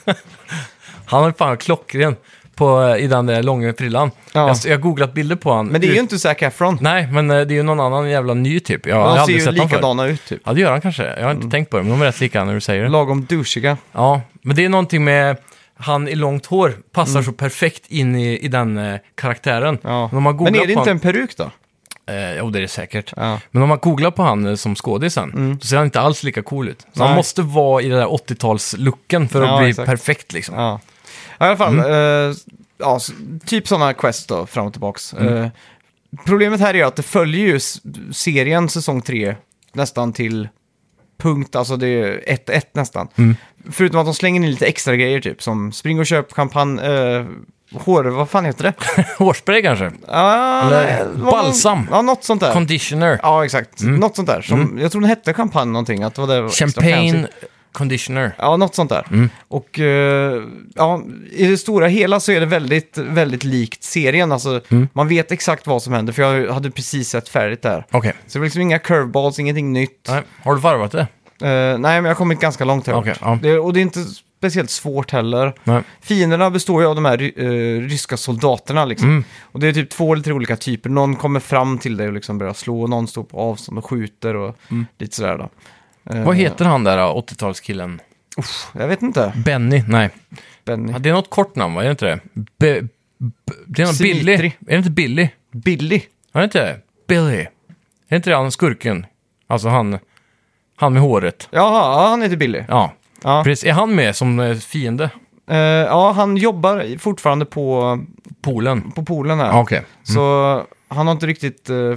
Han är fan klockren på, i den där långa frillan. Ja. Jag, jag har googlat bilder på han. Men det är ju inte Zac Efron. Nej, men eh, det är ju någon annan jävla ny typ. Jag har De ser aldrig ju sett honom förr. likadana ut typ. Ja, det gör han kanske. Jag har inte tänkt på det, men de är rätt lika när du säger det. Lagom douchiga. Ja, men det är någonting med han i långt hår passar Mm. så perfekt in i, i den eh, karaktären. Ja. Men, om man Men googlar är det på inte han, en peruk då? eh, jo, det är det säkert. Ja. Men om man googlar på han eh, som skådisen, Mm. så ser han inte alls lika cool ut. Så Nej. han måste vara i den där åttio-tals-looken för att Ja, bli exakt. perfekt liksom. Ja. Ja, i alla fall, Mm. eh, ja, s- typ sådana quest då, fram och tillbaks. Mm. Eh, problemet här är att det följer ju s- serien säsong tre nästan till punkt, alltså det är ett ett nästan. Mm. Förutom att de slänger in lite extra grejer typ, som spring och köp champagne, eh, hår, vad fan heter det? Hårspray kanske? Ah, Eller nej, vad- balsam. Ja, något sånt där. Conditioner. Ja, exakt. Mm. Något sånt där. Som, Jag tror den hette champagne någonting. Att det var det extra fancy. Champagne conditioner. Ja, något sånt där. Mm. Och eh, ja, i det stora hela så är det väldigt, väldigt likt serien. Alltså, Mm. man vet exakt vad som händer, för jag hade precis sett färdigt där. Okej. Så det var liksom inga curveballs, ingenting nytt. Nej. Har du varvat det? Eh, nej, men jag har kommit ganska långt här. Okej, ja. det, och det är inte speciellt svårt heller. Nej. Fienderna består ju av de här uh, ryska soldaterna liksom. Mm. Och det är typ två eller tre olika typer. Någon kommer fram till dig och liksom börjar slå, och någon står på avstånd och skjuter och Mm. lite sådär då. Eh, Vad heter han där då, åttio-talskillen? Jag vet inte. Benny? Nej. Benny. Ja, det är något kort namn, va? Är det inte det? Be, be, det är något Dimitri. Billy. Är det inte Billy? Billy. Är det inte det? Billy. Är det inte det han skurken? Alltså han, han med håret. Jaha, ja, han heter Billy. Ja, Ja. precis. Är han med som eh, fiende? Eh, ja, han jobbar fortfarande på, Polen? på poolen här. Ja, okej. Så han har inte riktigt uh,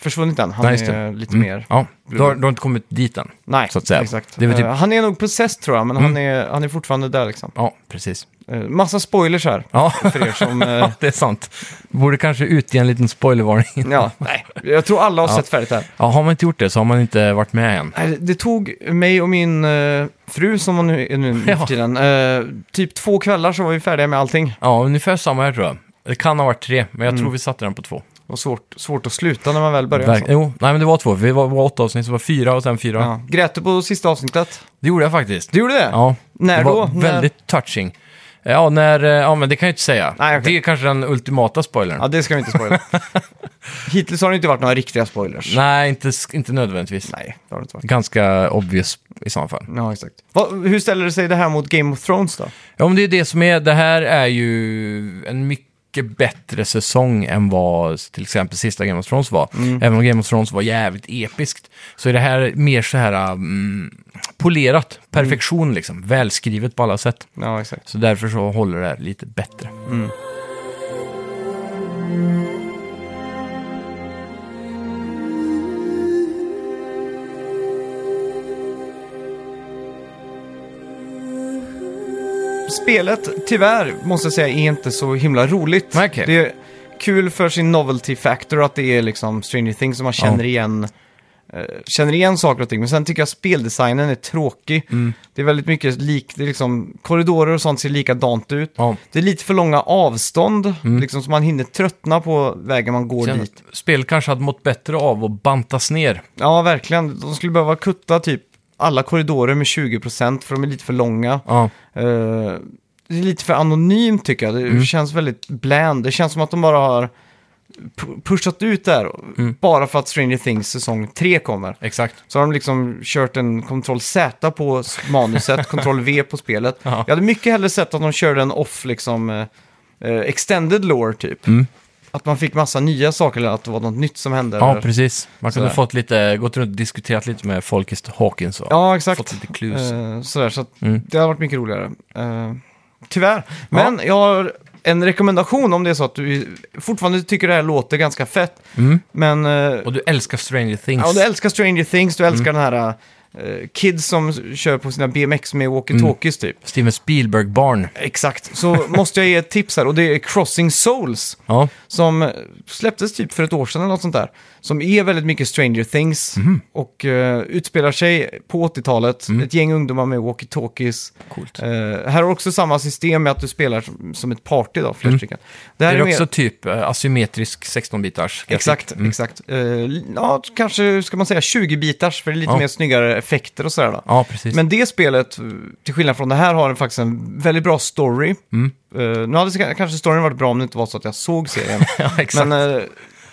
försvunnit än. Han Nej, just det. är lite Mm. mer... Ja, du har, du har inte kommit dit än. Nej, så att säga. exakt. Det är väl typ- Eh, han är nog possessed tror jag, men han, är, han är fortfarande där liksom. Ja, precis. Eh, massa spoilers här, Ja, för er som... eh, ja det är sant. Borde kanske utge en liten spoilervarning. ja, nej. Jag tror alla har Ja. sett färdigt här. Ja, har man inte gjort det så har man inte varit med än. Nej, det tog mig och min eh, fru, som hon nu är nu Ja. för tiden, eh, typ två kvällar så var vi färdiga med allting. Ja, ungefär samma här tror jag. Det kan ha varit tre, men jag Mm. tror vi satte den på två. Och svårt, svårt att sluta när man väl börjar. Verk- Alltså. jo, nej men det var två. Vi var, var åtta avsnitt, så det var fyra och sen fyra. Ja. Grät du på sista avsnittet? Det gjorde jag faktiskt. Du gjorde det? Ja, När det då? var När- väldigt touching. Ja, när, eh, ja, men det kan jag inte säga. Nej, okej. Det är kanske den ultimata spoilern. Ja, det ska vi inte spoila. Hittills har det inte varit några riktiga spoilers. Nej, inte, inte nödvändigtvis. Nej, det har det inte varit. Ganska obvious i så fall. Ja, exakt. Va, hur ställer det sig det här mot Game of Thrones då? Ja, men det är det som är, det här är ju en mycket bättre säsong än vad till exempel sista Game of Thrones var. Mm. Även om Game of Thrones var jävligt episkt så är det här mer så här mm, polerat, perfektion liksom, välskrivet på alla sätt. Ja, exakt. Så därför så håller det här lite bättre. Mm. Spelet, tyvärr, måste jag säga, är inte så himla roligt. Okej. Det är kul för sin novelty factor att det är liksom Stranger Things som man känner Ja. igen eh, känner igen saker och ting. Men sen tycker jag speldesignen är tråkig. Mm. Det är väldigt mycket lik, det är liksom korridorer och sånt ser likadant ut. Ja. Det är lite för långa avstånd, Mm. liksom, så man hinner tröttna på vägen man går Sen, dit. spel kanske hade mått bättre av att bantas ner. Ja, verkligen. De skulle behöva kutta typ alla korridorer med tjugo procent för de är lite för långa. Ja. Eh, det är lite för anonymt tycker jag. Det Mm. känns väldigt bland. Det känns som att de bara har pu- pushat ut där Mm. bara för att Stranger Things säsong tre kommer. Exakt. Så har de liksom kört en kontroll Z på s- manuset, kontroll V på spelet. Ja. Jag hade mycket hellre sett att de körde en off, liksom eh, eh, extended lore typ. Mm. Att man fick massa nya saker eller att det var något nytt som hände. Ja, eller... precis. Man kunde Sådär. fått lite, gått runt och diskuterat lite med folk i Hawkins och Ja, exakt. fått lite clues. Eh, sådär, så att Mm. det har varit mycket roligare. Eh, tyvärr. Men jag har en rekommendation om det är så att du fortfarande tycker det här låter ganska fett. Mm. Men... eh, Och du älskar Stranger Things. ja, du älskar Stranger Things, du älskar Mm. den här eh, kids som kör på sina B M X med walkie-talkies typ. Steven Spielberg-barn. Exakt, så måste jag ge ett tips här och det är Crossing Souls. Ja. Som släpptes typ för ett år sedan eller något sånt där. Som är väldigt mycket Stranger Things. Mhm. Och uh, utspelar sig på åttiotalet. Mm. Ett gäng ungdomar med walkie-talkies. Coolt. Uh, här har också samma system med att du spelar som, som ett party då, flera Mm. stycken. Det här är är, det också mer... typ uh, asymmetrisk sexton-bitars grafik? Exakt, Mm. exakt. Uh, ja, kanske ska man säga tjugo-bitars för det är lite Ja. mer snyggare effekter och sådär då. Ja, precis. Men det spelet, till skillnad från det här, har faktiskt en väldigt bra story. Mm. Uh, nu hade det- kanske storyn varit bra om det inte var så att jag såg serien. ja, exakt. Men uh,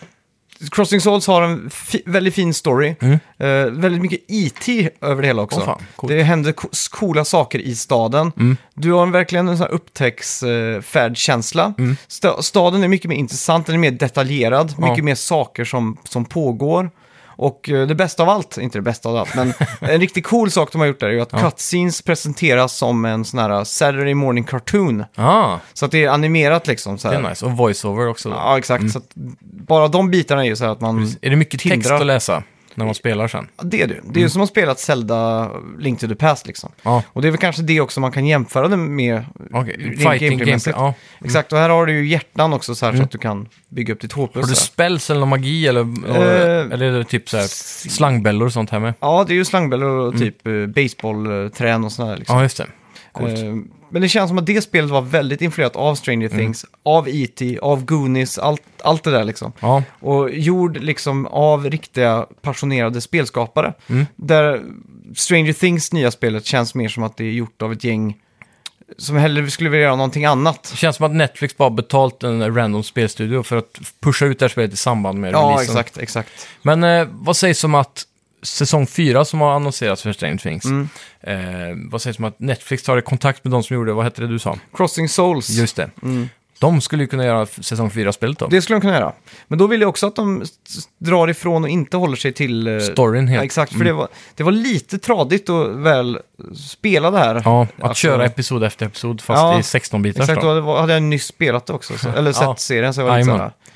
Crossing Souls har en fi- väldigt fin story. Mm. Uh, väldigt mycket I T över det hela också. Åh, fan, coolt. Det händer ko- coola saker i staden. Mm. Du har verkligen en sån här upptäcktsfärdkänsla. Mm. Sta- staden är mycket mer intressant, den är mer detaljerad. Ja. Mycket mer saker som, som pågår. Och eh, det bästa av allt, inte det bästa av allt, men en riktigt cool sak de har gjort där är ju att Ja. cutscenes presenteras som en sån här Saturday morning cartoon. Ah, Så att det är animerat liksom. Så det här. är nice. Och voiceover också. Då. Ja, exakt. Så att bara de bitarna är ju så här att man... Är det mycket text Tindrar. att läsa när man spelar sen? Ja, det är det. Det är ju som att spela Zelda Link to the Past liksom. Ja, Och det är väl kanske det också man kan jämföra det med. okej. rent Fighting gameplay. gameplaymässigt. Ja. Exakt, och här har du ju hjärtan också så här Mm. så att du kan bygga upp ditt H P och Har du så här. spells eller någon magi eller, Eh, eller är det typ så här slangbällor och sånt här med? Ja, det är ju slangbällor och typ uh, baseballträn och sådär liksom. Ja, just det. Coolt. Eh, men det känns som att det spelet var väldigt influerat av Stranger Mm. Things, av E T, av Goonies, allt, allt det där liksom. Ja, Och gjord liksom av riktiga passionerade spelskapare. Mm. Där Stranger Things nya spelet känns mer som att det är gjort av ett gäng som hellre skulle vilja göra någonting annat. det känns som att Netflix bara betalt en random spelstudio för att pusha ut det här spelet i samband med Ja, releasen. exakt, exakt. Men eh, vad sägs om att säsong fyra som har annonserats för Stranger Things, Mm. eh, vad sägs om att Netflix tar i kontakt med de som gjorde, vad hette det du sa? Crossing Souls. Just det. Mm. De skulle ju kunna göra säsong fyra-spelet då. Det skulle de kunna göra. Men då vill jag också att de s- drar ifrån och inte håller sig till... eh, Storyn helt. Ja, exakt, för Mm. det, var, det var lite tradigt att väl spela det här. Ja, att Alltså- köra episod efter episod fast Ja, i sexton-bitars Exakt, då. då hade- hade jag nyss spelat det också. Så, eller sett Ja. serien, så jag var lite Jajamän. såhär...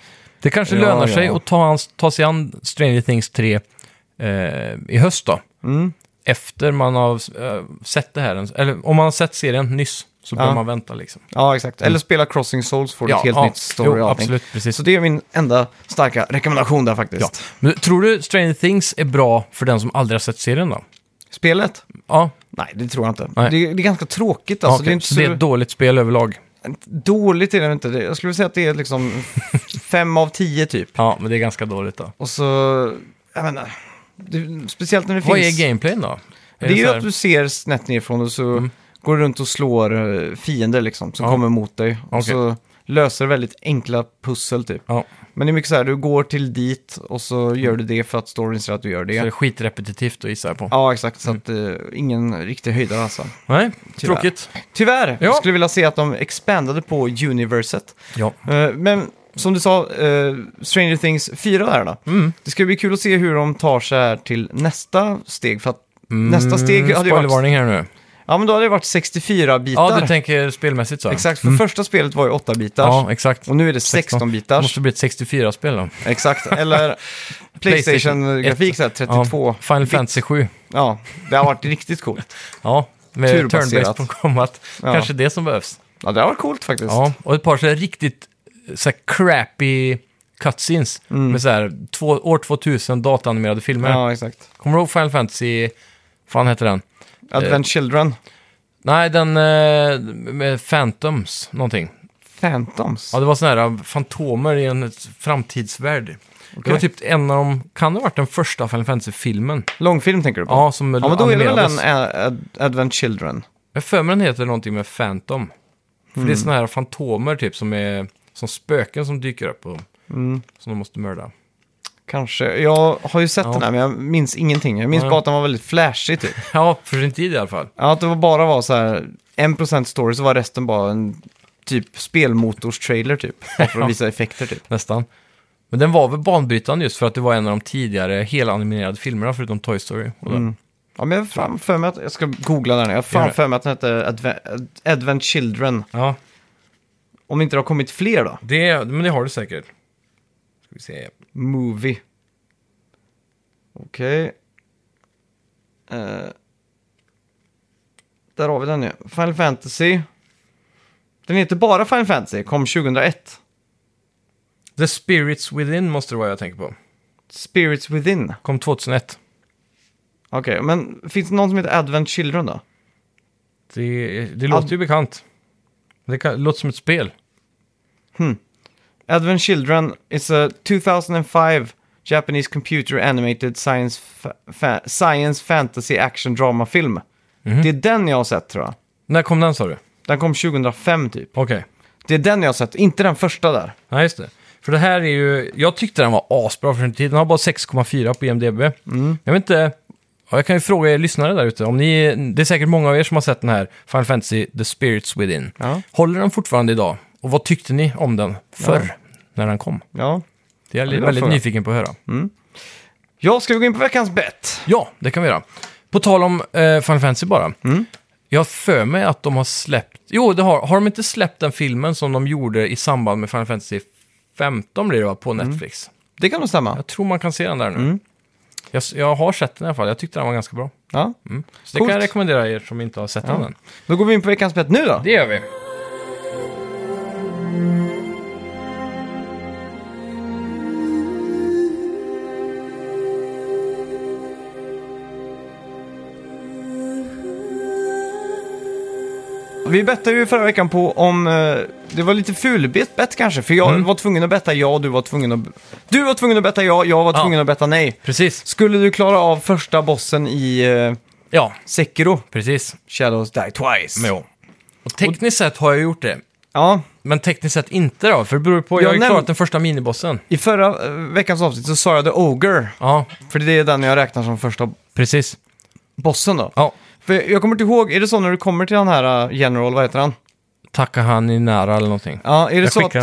Det kanske Ja, lönar ja. sig att ta, hans, ta sig an Stranger Things tre eh, i höst då. Mm. Efter man har eh, sett det här. Eller om man har sett serien nyss så bör Ja. man vänta liksom. Ja, exakt. Eller spela Crossing Souls får du Ja, ett helt ja. nytt story Jo, och allting. absolut, precis. Så det är min enda starka rekommendation där faktiskt. Ja. Men tror du Stranger Things är bra för den som aldrig har sett serien då? Spelet? Ja, Nej, det tror jag inte. Nej. Det, är, det är ganska tråkigt alltså. okej. Det är inte så så... det är ett dåligt spel överlag. Dåligt är det inte. Det- Jag skulle säga att det är liksom fem av tio typ. Ja, men det är ganska dåligt då. Och så, jag menar, det, speciellt när det Vad finns... är gameplayen då? Det är ju så här- att du ser snett nerifrån och så Mm. går du runt och slår eh, fiender liksom, som Ja. kommer mot dig. Och Okej. så löser väldigt enkla pussel typ. Ja, Men det är mycket så här, du går till dit och så gör du det för att storyn säger att du gör det. så det är skitrepetitivt att gissa på. Ja, exakt. Så att eh, ingen riktig höjdare alltså. Nej, Tyvärr. tråkigt. Tyvärr! Ja. Jag skulle vilja se att de expandade på universet. Ja. Eh, men som du sa, eh, Stranger Things fyra där då. Mm. Det ska bli kul att se hur de tar sig här till nästa steg. För att nästa steg hade ju varit... Spoilervarning här nu. Ja, men då hade det varit sextiofyra bitar. Ja, du tänker spelmässigt så. Exakt, för första spelet var ju åtta bitars. Ja, exakt. Och nu är det sexton. sexton Det bitars. måste bli ett sextiofyra-spel då. Exakt, eller Playstation-grafik så här, trettiotvå. Ja, Final bit. Fantasy sju. Ja, det har varit riktigt coolt. Ja, med Turbaserat. turn-based på combat. Ja. Kanske det som behövs. Ja, det har varit coolt faktiskt. Ja, och ett par så här riktigt så här crappy cutscenes med så här två, år tvåtusen dataanimerade filmer. Ja, exakt. Kommer du ihåg Final Fantasy, fan heter den? Advent Children. Nej, den eh, med Phantoms, någonting. Phantoms. Ja, det var sådana här fantomer i en framtidsvärld. Det var typ en av de, kan det ha varit den första Final Fantasy-filmen? Långfilm tänker du på? Ja, som Ja, men då är det väl animerades. en Ad- Advent Children. Jag för mig den heter någonting med Phantom. För Mm. det är sådana här fantomer typ som är som spöken som dyker upp och Mm. som de måste mörda. Kanske. Jag har ju sett Ja. den här, men jag minns ingenting. Jag minns Nej. bara att den var väldigt flashig typ. Ja, för sin tid i alla fall. Ja, att det var bara var så här, en procent story så var resten bara en typ spelmotors-trailer typ. Bara för att visa effekter typ. Nästan. Men den var väl banbrytande just för att det var en av de tidigare helanimerade filmerna förutom Toy Story. Och så. Mm. Ja, men jag har fan för mig att, jag ska googla den. Jag har Gör fan det. för mig att den hette Adve- Advent Children. Ja, Om inte det har kommit fler då. det, men det har du säkert. Ska vi se. Movie. Okej. Eh, där har vi den nu. Final Fantasy. Den heter bara Final Fantasy. Kom tjugohundraett. The Spirits Within måste det vara jag tänker på. Spirits Within. Kom tjugohundraett. Okej, men finns det någon som heter Advent Children då? Det, det låter ju bekant. Det kan, låter som ett spel. Advent Children is a two thousand five Japanese computer animated science, fa- fa- science fantasy action drama film. Det är den jag har sett tror jag. När kom den sa du? Den kom tjugohundrafem typ. Okej. Det är den jag har sett, inte den första där. Ja, just det. För det här är ju... Jag tyckte den var asbra för sin tid. Den har bara sex komma fyra på I M D B. Jag vet inte... Ja, jag kan ju fråga er lyssnare där ute. Om ni, det är säkert många av er som har sett den här Final Fantasy The Spirits Within. Ja. Håller den fortfarande idag? Och vad tyckte ni om den förr, när den kom? Ja. Det är jag det var väldigt frågan. nyfiken på att höra. Ja, ska vi gå in på veckans bett? Ja, det kan vi göra. På tal om eh, Final Fantasy bara. Jag har för mig att de har släppt... Jo, det har, har de inte släppt den filmen som de gjorde i samband med Final Fantasy femton blir det va, på Netflix? Det kan nog stämma. Jag tror man kan se den där nu. Jag, jag har sett den i alla fall. Jag tyckte den var ganska bra. Ja. Så det Coolt. kan jag rekommendera er som inte har sett den än. Då går vi in på veckans bett nu då. Det gör vi. Vi bettade ju förra veckan på om... eh, det var lite fulbett bett kanske. För jag var tvungen att betta ja, du var tvungen att... Du var tvungen att betta ja, jag var Ja. tvungen att betta nej. Precis. Skulle du klara av första bossen i uh, Ja, Sekiro? precis. Shadows Die Twice. Men, ja. Och tekniskt sett har jag gjort det. Ja, Men tekniskt sett inte då. För det beror på, jag har ju Jag näm- klarat den första minibossen. i förra eh, veckans avsnitt så sa jag The Ogre. Ja, För det är den jag räknar som första precis. bossen då. Ja. För jag kommer inte ihåg, är det så när du kommer till den här uh, General, vad heter han? Takahani nära eller någonting. Ja, är det Jag så skickar att, den till dig.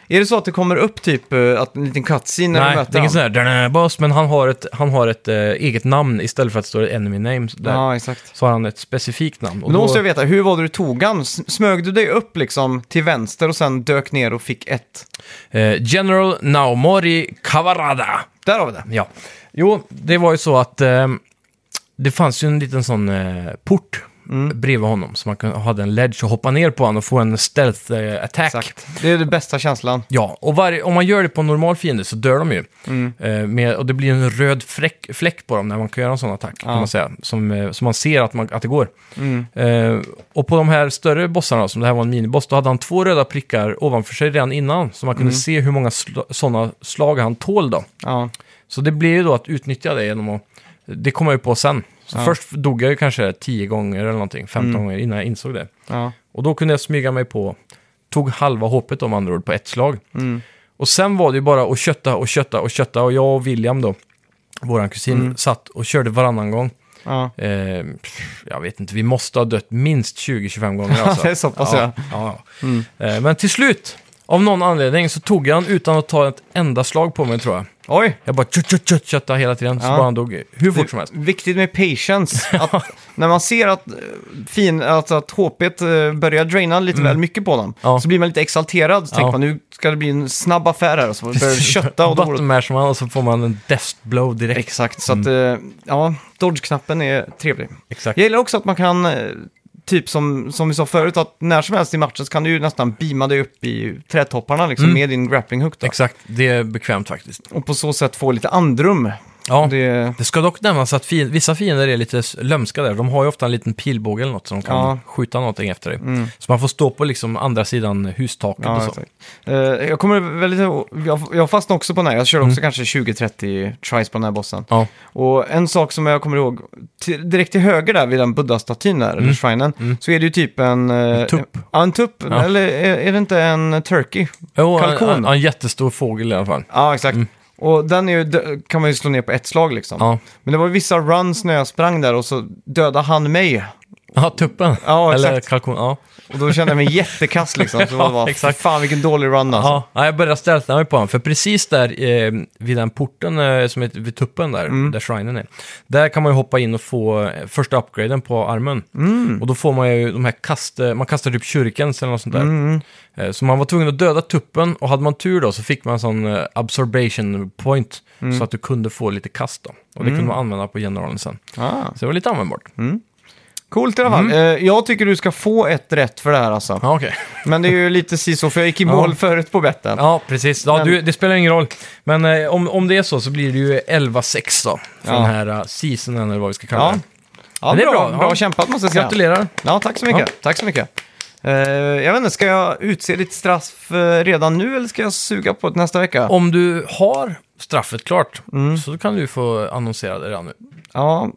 Är det så att det kommer upp typ eh, att en liten cutscene när du Nej, möter det är ingen honom? sån här boss, men han har ett, han har ett eh, eget namn istället för att det står enemy name där. Ja, exakt. Så har han ett specifikt namn. Och Men då då, måste jag veta, hur var det du tog han? S- Smög du dig upp liksom till vänster och sen dök ner och fick ett? eh, General Naomori Kawarada. Där har vi det. Ja. Jo, det var ju så att eh, det fanns ju en liten sån eh, port Mm. bredvid honom. Så man kunde, hade en ledge och hoppa ner på honom och få en stealth eh, attack. Exakt. Det är den bästa känslan. Ja, och varje, om man gör det på en normal fiende så dör de ju. Mm. Eh, med, och det blir en röd fläck, fläck på dem när man kan göra en sån attack, kan Ja. man säga. Som, eh, som man ser att, man, att det går. Mm. Eh, och på de här större bossarna, som det här var en miniboss, då hade han två röda prickar ovanför sig redan innan. Så man kunde Mm. se hur många sl- sådana slag han tål då. Ja. Så det blir ju då att utnyttja det genom att... Det kommer jag ju på sen. Så Ja. först dog jag ju kanske tio gånger eller någonting, femton Mm. gånger innan jag insåg det. Ja. Och då kunde jag smyga mig på, tog halva hoppet om andra ord på ett slag. Mm. Och sen var det ju bara att kötta och kötta och kötta. Och jag och William då, våran kusin, Mm. satt och körde varannan gång. Ja. Eh, pff, jag vet inte, vi måste ha dött minst tjugo tjugofem gånger alltså. det är så pass, ja. ja, ja. Eh, men till slut, av någon anledning, så tog jag han utan att ta ett enda slag på mig, tror jag. Oj! Jag bara tjut, tjut, tjut, köttade hela tiden, så Ja. bara han dog hur fort som helst. Viktigt med patience. Att, när man ser att, eh, fin, alltså att H P eh, börjar draina lite väl mycket på dem, Mm. Ja. så blir man lite exalterad. Så Ja. tänker man, nu ska det bli en snabb affär här. Och så börjar det kötta. Och då Button mashar man och så får man en death blow direkt. Exakt, så att eh, ja, dodge-knappen är trevlig. Exakt. Jag gillar också att man kan, eh, typ som, som vi sa förut, att när som helst i matchen så kan du ju nästan beama dig upp i trädtopparna liksom, Mm. med din grappling hook. Då. Exakt, det är bekvämt faktiskt. Och på så sätt få lite andrum. Ja, Det, det ska dock nämnas att fin- vissa fiender är lite s- lömska där. De har ju ofta en liten pilbåge eller något så de kan Ja. skjuta någonting efter dig. mm. Så man får stå på liksom andra sidan hustaket och Ja, så. exakt. Eh, jag kommer väldigt, jag, jag fastnade också på den här. Jag körde också Mm. kanske tjugo trettio tries på den här bossen. Ja. Och en sak som jag kommer ihåg, till, direkt till höger där vid den buddha-statyn där, eller shrinen, Mm. så är det ju typ en... eh, En tupp. Ja, en tupp. Ja. Eller är, är det inte en turkey? Jo, Kalkon. en, en, en jättestor fågel i alla fall. Ja, exakt. Och den är ju, dö- kan man ju slå ner på ett slag liksom. Ja, Men det var ju vissa runs när jag sprang där och så dödade han mig. ja tuppen. Ja, Eller exakt. kalkon, ja. Och då kände jag mig jättekass liksom. Så Ja, det var, exakt. fan vilken dålig run alltså. Ja, ja, jag började ställa mig på honom. För precis där eh, vid den porten eh, som heter vid tuppen där, Mm. där shrinen är. Där kan man ju hoppa in och få eh, första upgraden på armen. Mm. Och då får man ju de här kast... Man kastar typ shurikens eller något sånt där. Mm. Eh, så man var tvungen att döda tuppen. Och hade man tur då så fick man en sån eh, absorption point. Mm. Så att du kunde få lite kast då. Och det kunde man använda på generalen sen. Ah. Så det var lite användbart. Coolt i alla fall. Eh, jag tycker du ska få ett rätt för det här alltså. Ja, okej. Men det är ju lite så för jag gick i mål Ja. förut på betten. Ja, precis. Ja, Men- du, det spelar ingen roll. Men eh, om, om det är så så blir det ju elva sex då. För Ja. den här uh, seasonen eller vad vi ska kalla Ja, den. ja Men det är bra, bra, bra ja. kämpat måste jag säga. Gratulerar. Ja, tack så mycket. Ja. Tack så mycket. Eh, jag vet inte, ska jag utse ditt straff eh, redan nu eller ska jag suga på det nästa vecka? Om du har straffet klart Mm. så kan du få annonsera det redan nu. Ja,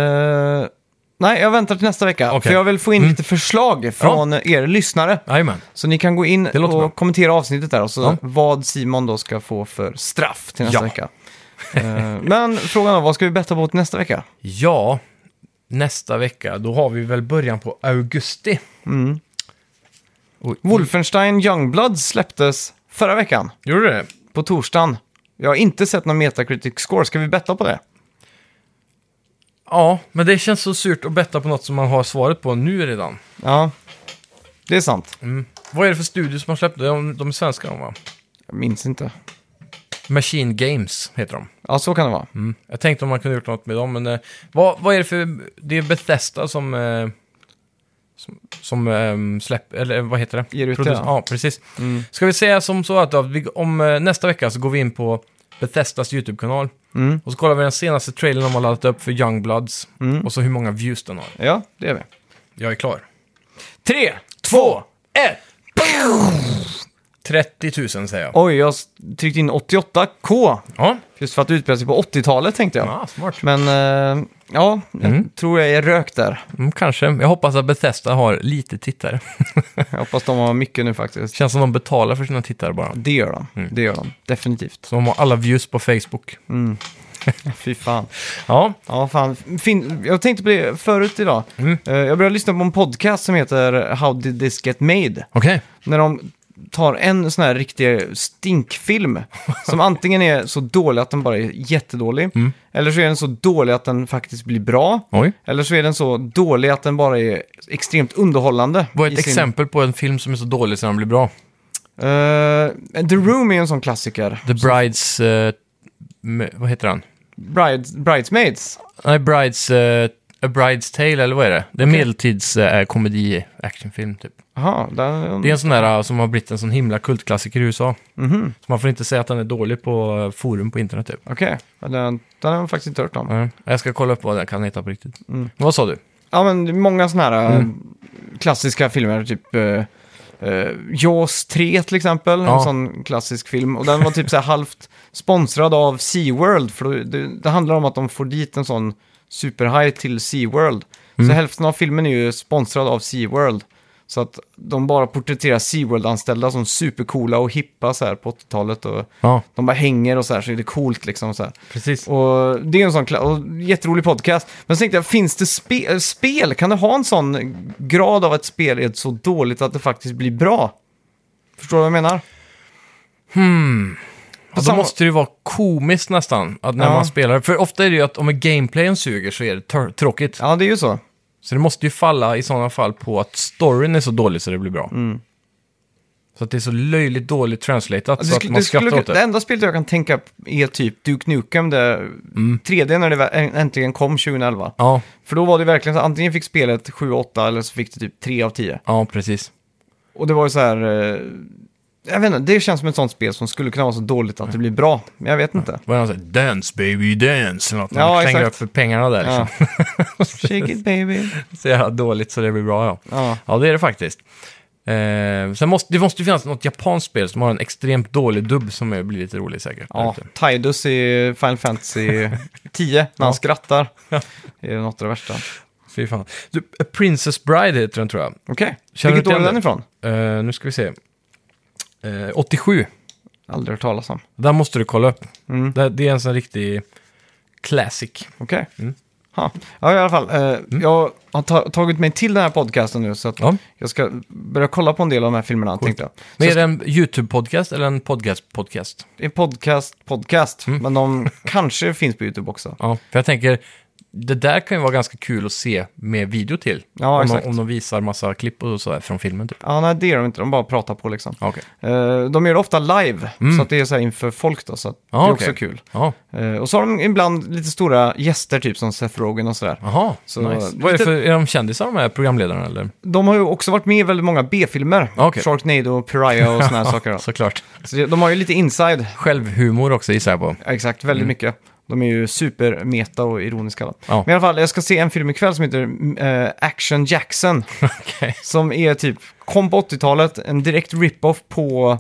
eh, nej, jag väntar till nästa vecka. Okej. För jag vill få in lite förslag från er lyssnare. Jajamän. Så ni kan gå in Det låter och bra. kommentera avsnittet där och så Ja. vad Simon då ska få för straff till nästa Ja. vecka. Eh, men frågan är, vad ska vi betta på till nästa vecka? Ja, nästa vecka då har vi väl början på augusti. Mm. Oj. Wolfenstein Youngblood släpptes förra veckan, Gjorde det? på torsdagen. Jag har inte sett någon Metacritic score. Ska vi betta på det? Ja, men det känns så surt att betta på något som man har svaret på nu redan. Ja, det är sant. Mm. Vad är det för studio som har släppt det? De, de är svenska de va? Jag minns inte. Machine Games heter de. Ja, så kan det vara. Mm. Jag tänkte om man kunde gjort något med dem, men eh, vad, vad är det för... Det är Bethesda som... Eh, som som eh, släpper... Eller vad heter det? Ger ut det, Produc- ja. Ja, precis. Mm. Ska vi säga som så att då, vi, om eh, nästa vecka så går vi in på Bethesdas YouTube-kanal. Mm. Och så kollar vi den senaste trailern de har laddat upp för Youngbloods. Mm. Och så hur många views den har. Ja, det är vi. Jag är klar. Tre, två, ett! trettio tusen säger jag. Oj, jag har tryckt in åttioåtta K. Ja, Just för att utspela sig på åttiotalet tänkte jag. ja smart. Men eh, ja, jag Mm. tror jag är rökt där. Mm, kanske. Jag hoppas att Bethesda har lite tittare. Jag hoppas de har mycket nu faktiskt. Känns som de betalar för sina tittare bara. Det gör de. Mm. Det gör de. Definitivt. Så de har alla views på Facebook. Mm. Fy fan. Ja, Ja, fan. Fin... Jag tänkte på det förut idag. Mm. Eh, jag började lyssna på en podcast som heter How Did This Get Made? okej. När de tar en sån här riktig stinkfilm som antingen är så dålig att den bara är jättedålig, Mm. eller så är den så dålig att den faktiskt blir bra, Oj. eller så är den så dålig att den bara är extremt underhållande. Vad är ett i sin- exempel på en film som är så dålig så den blir bra? Eh, The Room är en sån klassiker. The Brides... eh, med, vad heter han? Brides, Bridesmaids. Nej, Brides... eh, A Bride's Tale, eller vad är det? Det är en medeltids uh, komedi-actionfilm, typ. Jaha, den... Det är en sån där uh, som har blivit en sån himla kultklassiker i U S A. Mhm. Så man får inte säga att den är dålig på uh, forum på internet, typ. Okej, men den, den har jag faktiskt inte hört om. Ja, jag ska kolla upp vad den kan heta på riktigt. Mm. Vad sa du? Ja, men det är många såna här Mm. äh, klassiska filmer, typ uh, uh, Jaws tre till exempel, Ja. en sån klassisk film. Och den var typ så här halvt sponsrad av SeaWorld, för det, det, det handlar om att de får dit en sån superhaj till SeaWorld. Mm. Så hälften av filmen är ju sponsrad av SeaWorld. Så att de bara porträtterar SeaWorld-anställda som supercoola och hippa så här på åttiotalet. Och Ja, de bara hänger och så här, så är det coolt liksom så här. precis. Och det är en sån kla- och jätterolig podcast. Men så tänkte jag, finns det spe- spel? Kan det ha en sån grad av att spel är så dåligt att det faktiskt blir bra? Förstår du vad jag menar? Hmm. Ja, då samma- måste det ju vara komiskt nästan, att när Ja. man spelar. För ofta är det ju att om gameplayen suger så är det tör- tråkigt. Ja, det är ju så. Så det måste ju falla i sådana fall på att storyn är så dålig så det blir bra. Mm. Så att det är så löjligt dåligt translatat Det, så att skulle, man det, skulle, skrattar åt det det. enda spelet jag kan tänka är typ Duke Nukem, det Mm. tre D när det vä- äntligen kom tjugoelva. Ja, För då var det verkligen så att antingen fick spelet sju åtta eller så fick det typ tre av tio. ja, precis. Och det var ju så här... eh, Jag vet inte, det känns som ett sånt spel som skulle kunna vara så dåligt att det blir bra. Men jag vet inte. Vad är det han säger? Dance baby, dance. Eller något. Ja, Man klänger exakt. upp för pengarna där. Ja. Liksom. Shake it baby. Så jävla dåligt så det blir bra, ja. Ja. Ja, det är det faktiskt. Eh, sen måste det måste ju finnas något japanskt spel som har en extremt dålig dubb som är- blir lite rolig säkert. Ja, Tidus i Final Fantasy tio, när han Ja. skrattar. Det är något av det värsta. Fy fan. Du, A Princess Bride heter den, tror jag. Okej, Känner vilket du år är till den ifrån? Eh, nu ska vi se. Eh, åttiosju. Aldrig hört talas om. Där måste du kolla upp. Mm. Det, det är en sån riktig classic. Okej. Mm. Ha. Ja, i alla fall. Eh, Jag har ta- tagit mig till den här podcasten nu, så att Ja. jag ska börja kolla på en del av de här filmerna, tänkte jag. Men Så är det en YouTube-podcast eller en podcast-podcast? det är podcast, podcast, Mm. men de kanske finns på YouTube också. Ja, för jag tänker, det där kan ju vara ganska kul att se med video till. Ja, om, de, exakt. om de visar massa klipp och så här från filmen typ. Ja, nej, det är de inte. De bara pratar på liksom. Ja, okej. Eh, De gör det ofta live, Mm. så att det är så här inför folk då, så att Ja, det är okej. också kul. Ja, Eh, Och så har de ibland lite stora gäster, typ som Seth Rogen och sådär. jaha, Så nice. Vad är det lite- för, är de kändisar de här programledarna eller? De har ju också varit med i väldigt många B-filmer. Okej. Sharknado, Pariah och såna här saker. Då. Såklart. Så det- de har ju lite inside, Självhumor också gissar jag på. ja, exakt, väldigt Mm. mycket. De är ju supermeta och ironiska då. Ja. Men i alla fall, jag ska se en film ikväll som heter eh, Action Jackson. Okej. Som är typ, kom på åttiotalet, en direkt rip-off på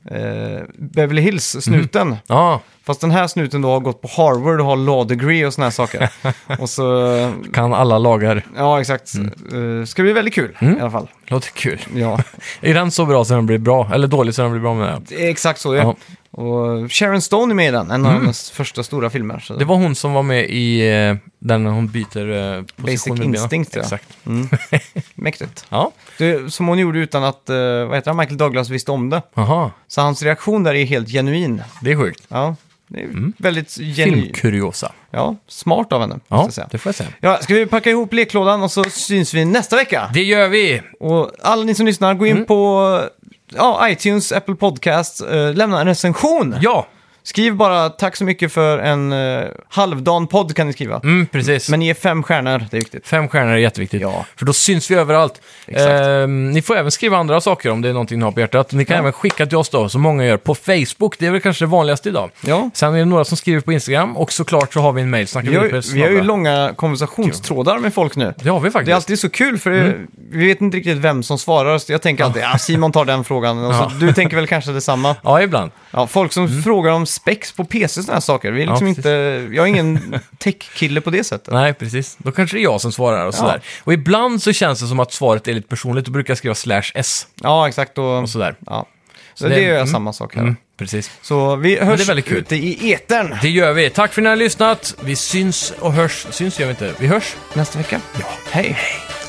eh, Beverly Hills-snuten. Ja, Fast den här snuten då har gått på Harvard och har law degree och såna här saker. Och så, eh, kan alla lagar. ja exakt. Mm. Ska bli väldigt kul Mm. i alla fall. Låter kul. Ja, Är den så bra så den blir bra? Eller dålig så den blir bra med det? det är exakt så det är. Ja. Och Sharon Stone är med i den, en av hennes första stora filmer. Så. Det var hon som var med i eh, den när hon byter eh, position Basic med benen. Instinct, ja. Exakt. Mm. Mäktigt. Ja, Det, som hon gjorde utan att, eh, vad heter han, Michael Douglas visste om det. aha. Så hans reaktion där är helt genuin. Det är sjukt. Ja, det är Mm. väldigt genuin. Filmkuriosa. Ja, smart av henne, måste Ja, jag säga. det får jag säga. Ja, ska vi packa ihop leklådan och så syns vi nästa vecka? Det gör vi! Och alla ni som lyssnar, gå in Mm. på ja, iTunes, Apple Podcasts, eh, lämna en recension. Ja, Skriv bara tack så mycket för en eh, halvdan podd kan ni skriva. mm, precis. Men ge fem stjärnor, det är viktigt. Fem stjärnor är jätteviktigt. Ja. För då syns vi överallt. Exakt. Ehm, ni får även skriva andra saker om det är någonting ni har på hjärtat. Ni kan Ja. även skicka till oss då, som många gör, på Facebook. Det är väl kanske det vanligaste idag. Ja. Sen är det några som skriver på Instagram och såklart så har vi en mail. Vi har, vi har ju långa konversationstrådar med folk nu. Det har vi Det är faktiskt. alltid så kul för det, vi vet inte riktigt vem som svarar. Så jag tänker alltid, ja, Simon tar den frågan. Och så, Ja. du tänker väl kanske detsamma. Ja, ibland. Ja, folk som frågar om specs på P C och sådana här saker. Vi är liksom Ja, inte, jag är ingen tech-kille på det sättet. Nej, precis. Då kanske det är jag som svarar och sådär. Och ibland så känns det som att svaret är lite personligt. Då brukar jag skriva slash s Ja, exakt. Och, och sådär. ja. Så Så det, det- gör jag mm. samma sak här. Mm, precis. Så vi det är hörs väldigt kul. ute i etern Det gör vi. Tack för att ni har lyssnat. Vi syns och hörs. Syns gör vi inte. Vi hörs. nästa vecka. Ja. Hej!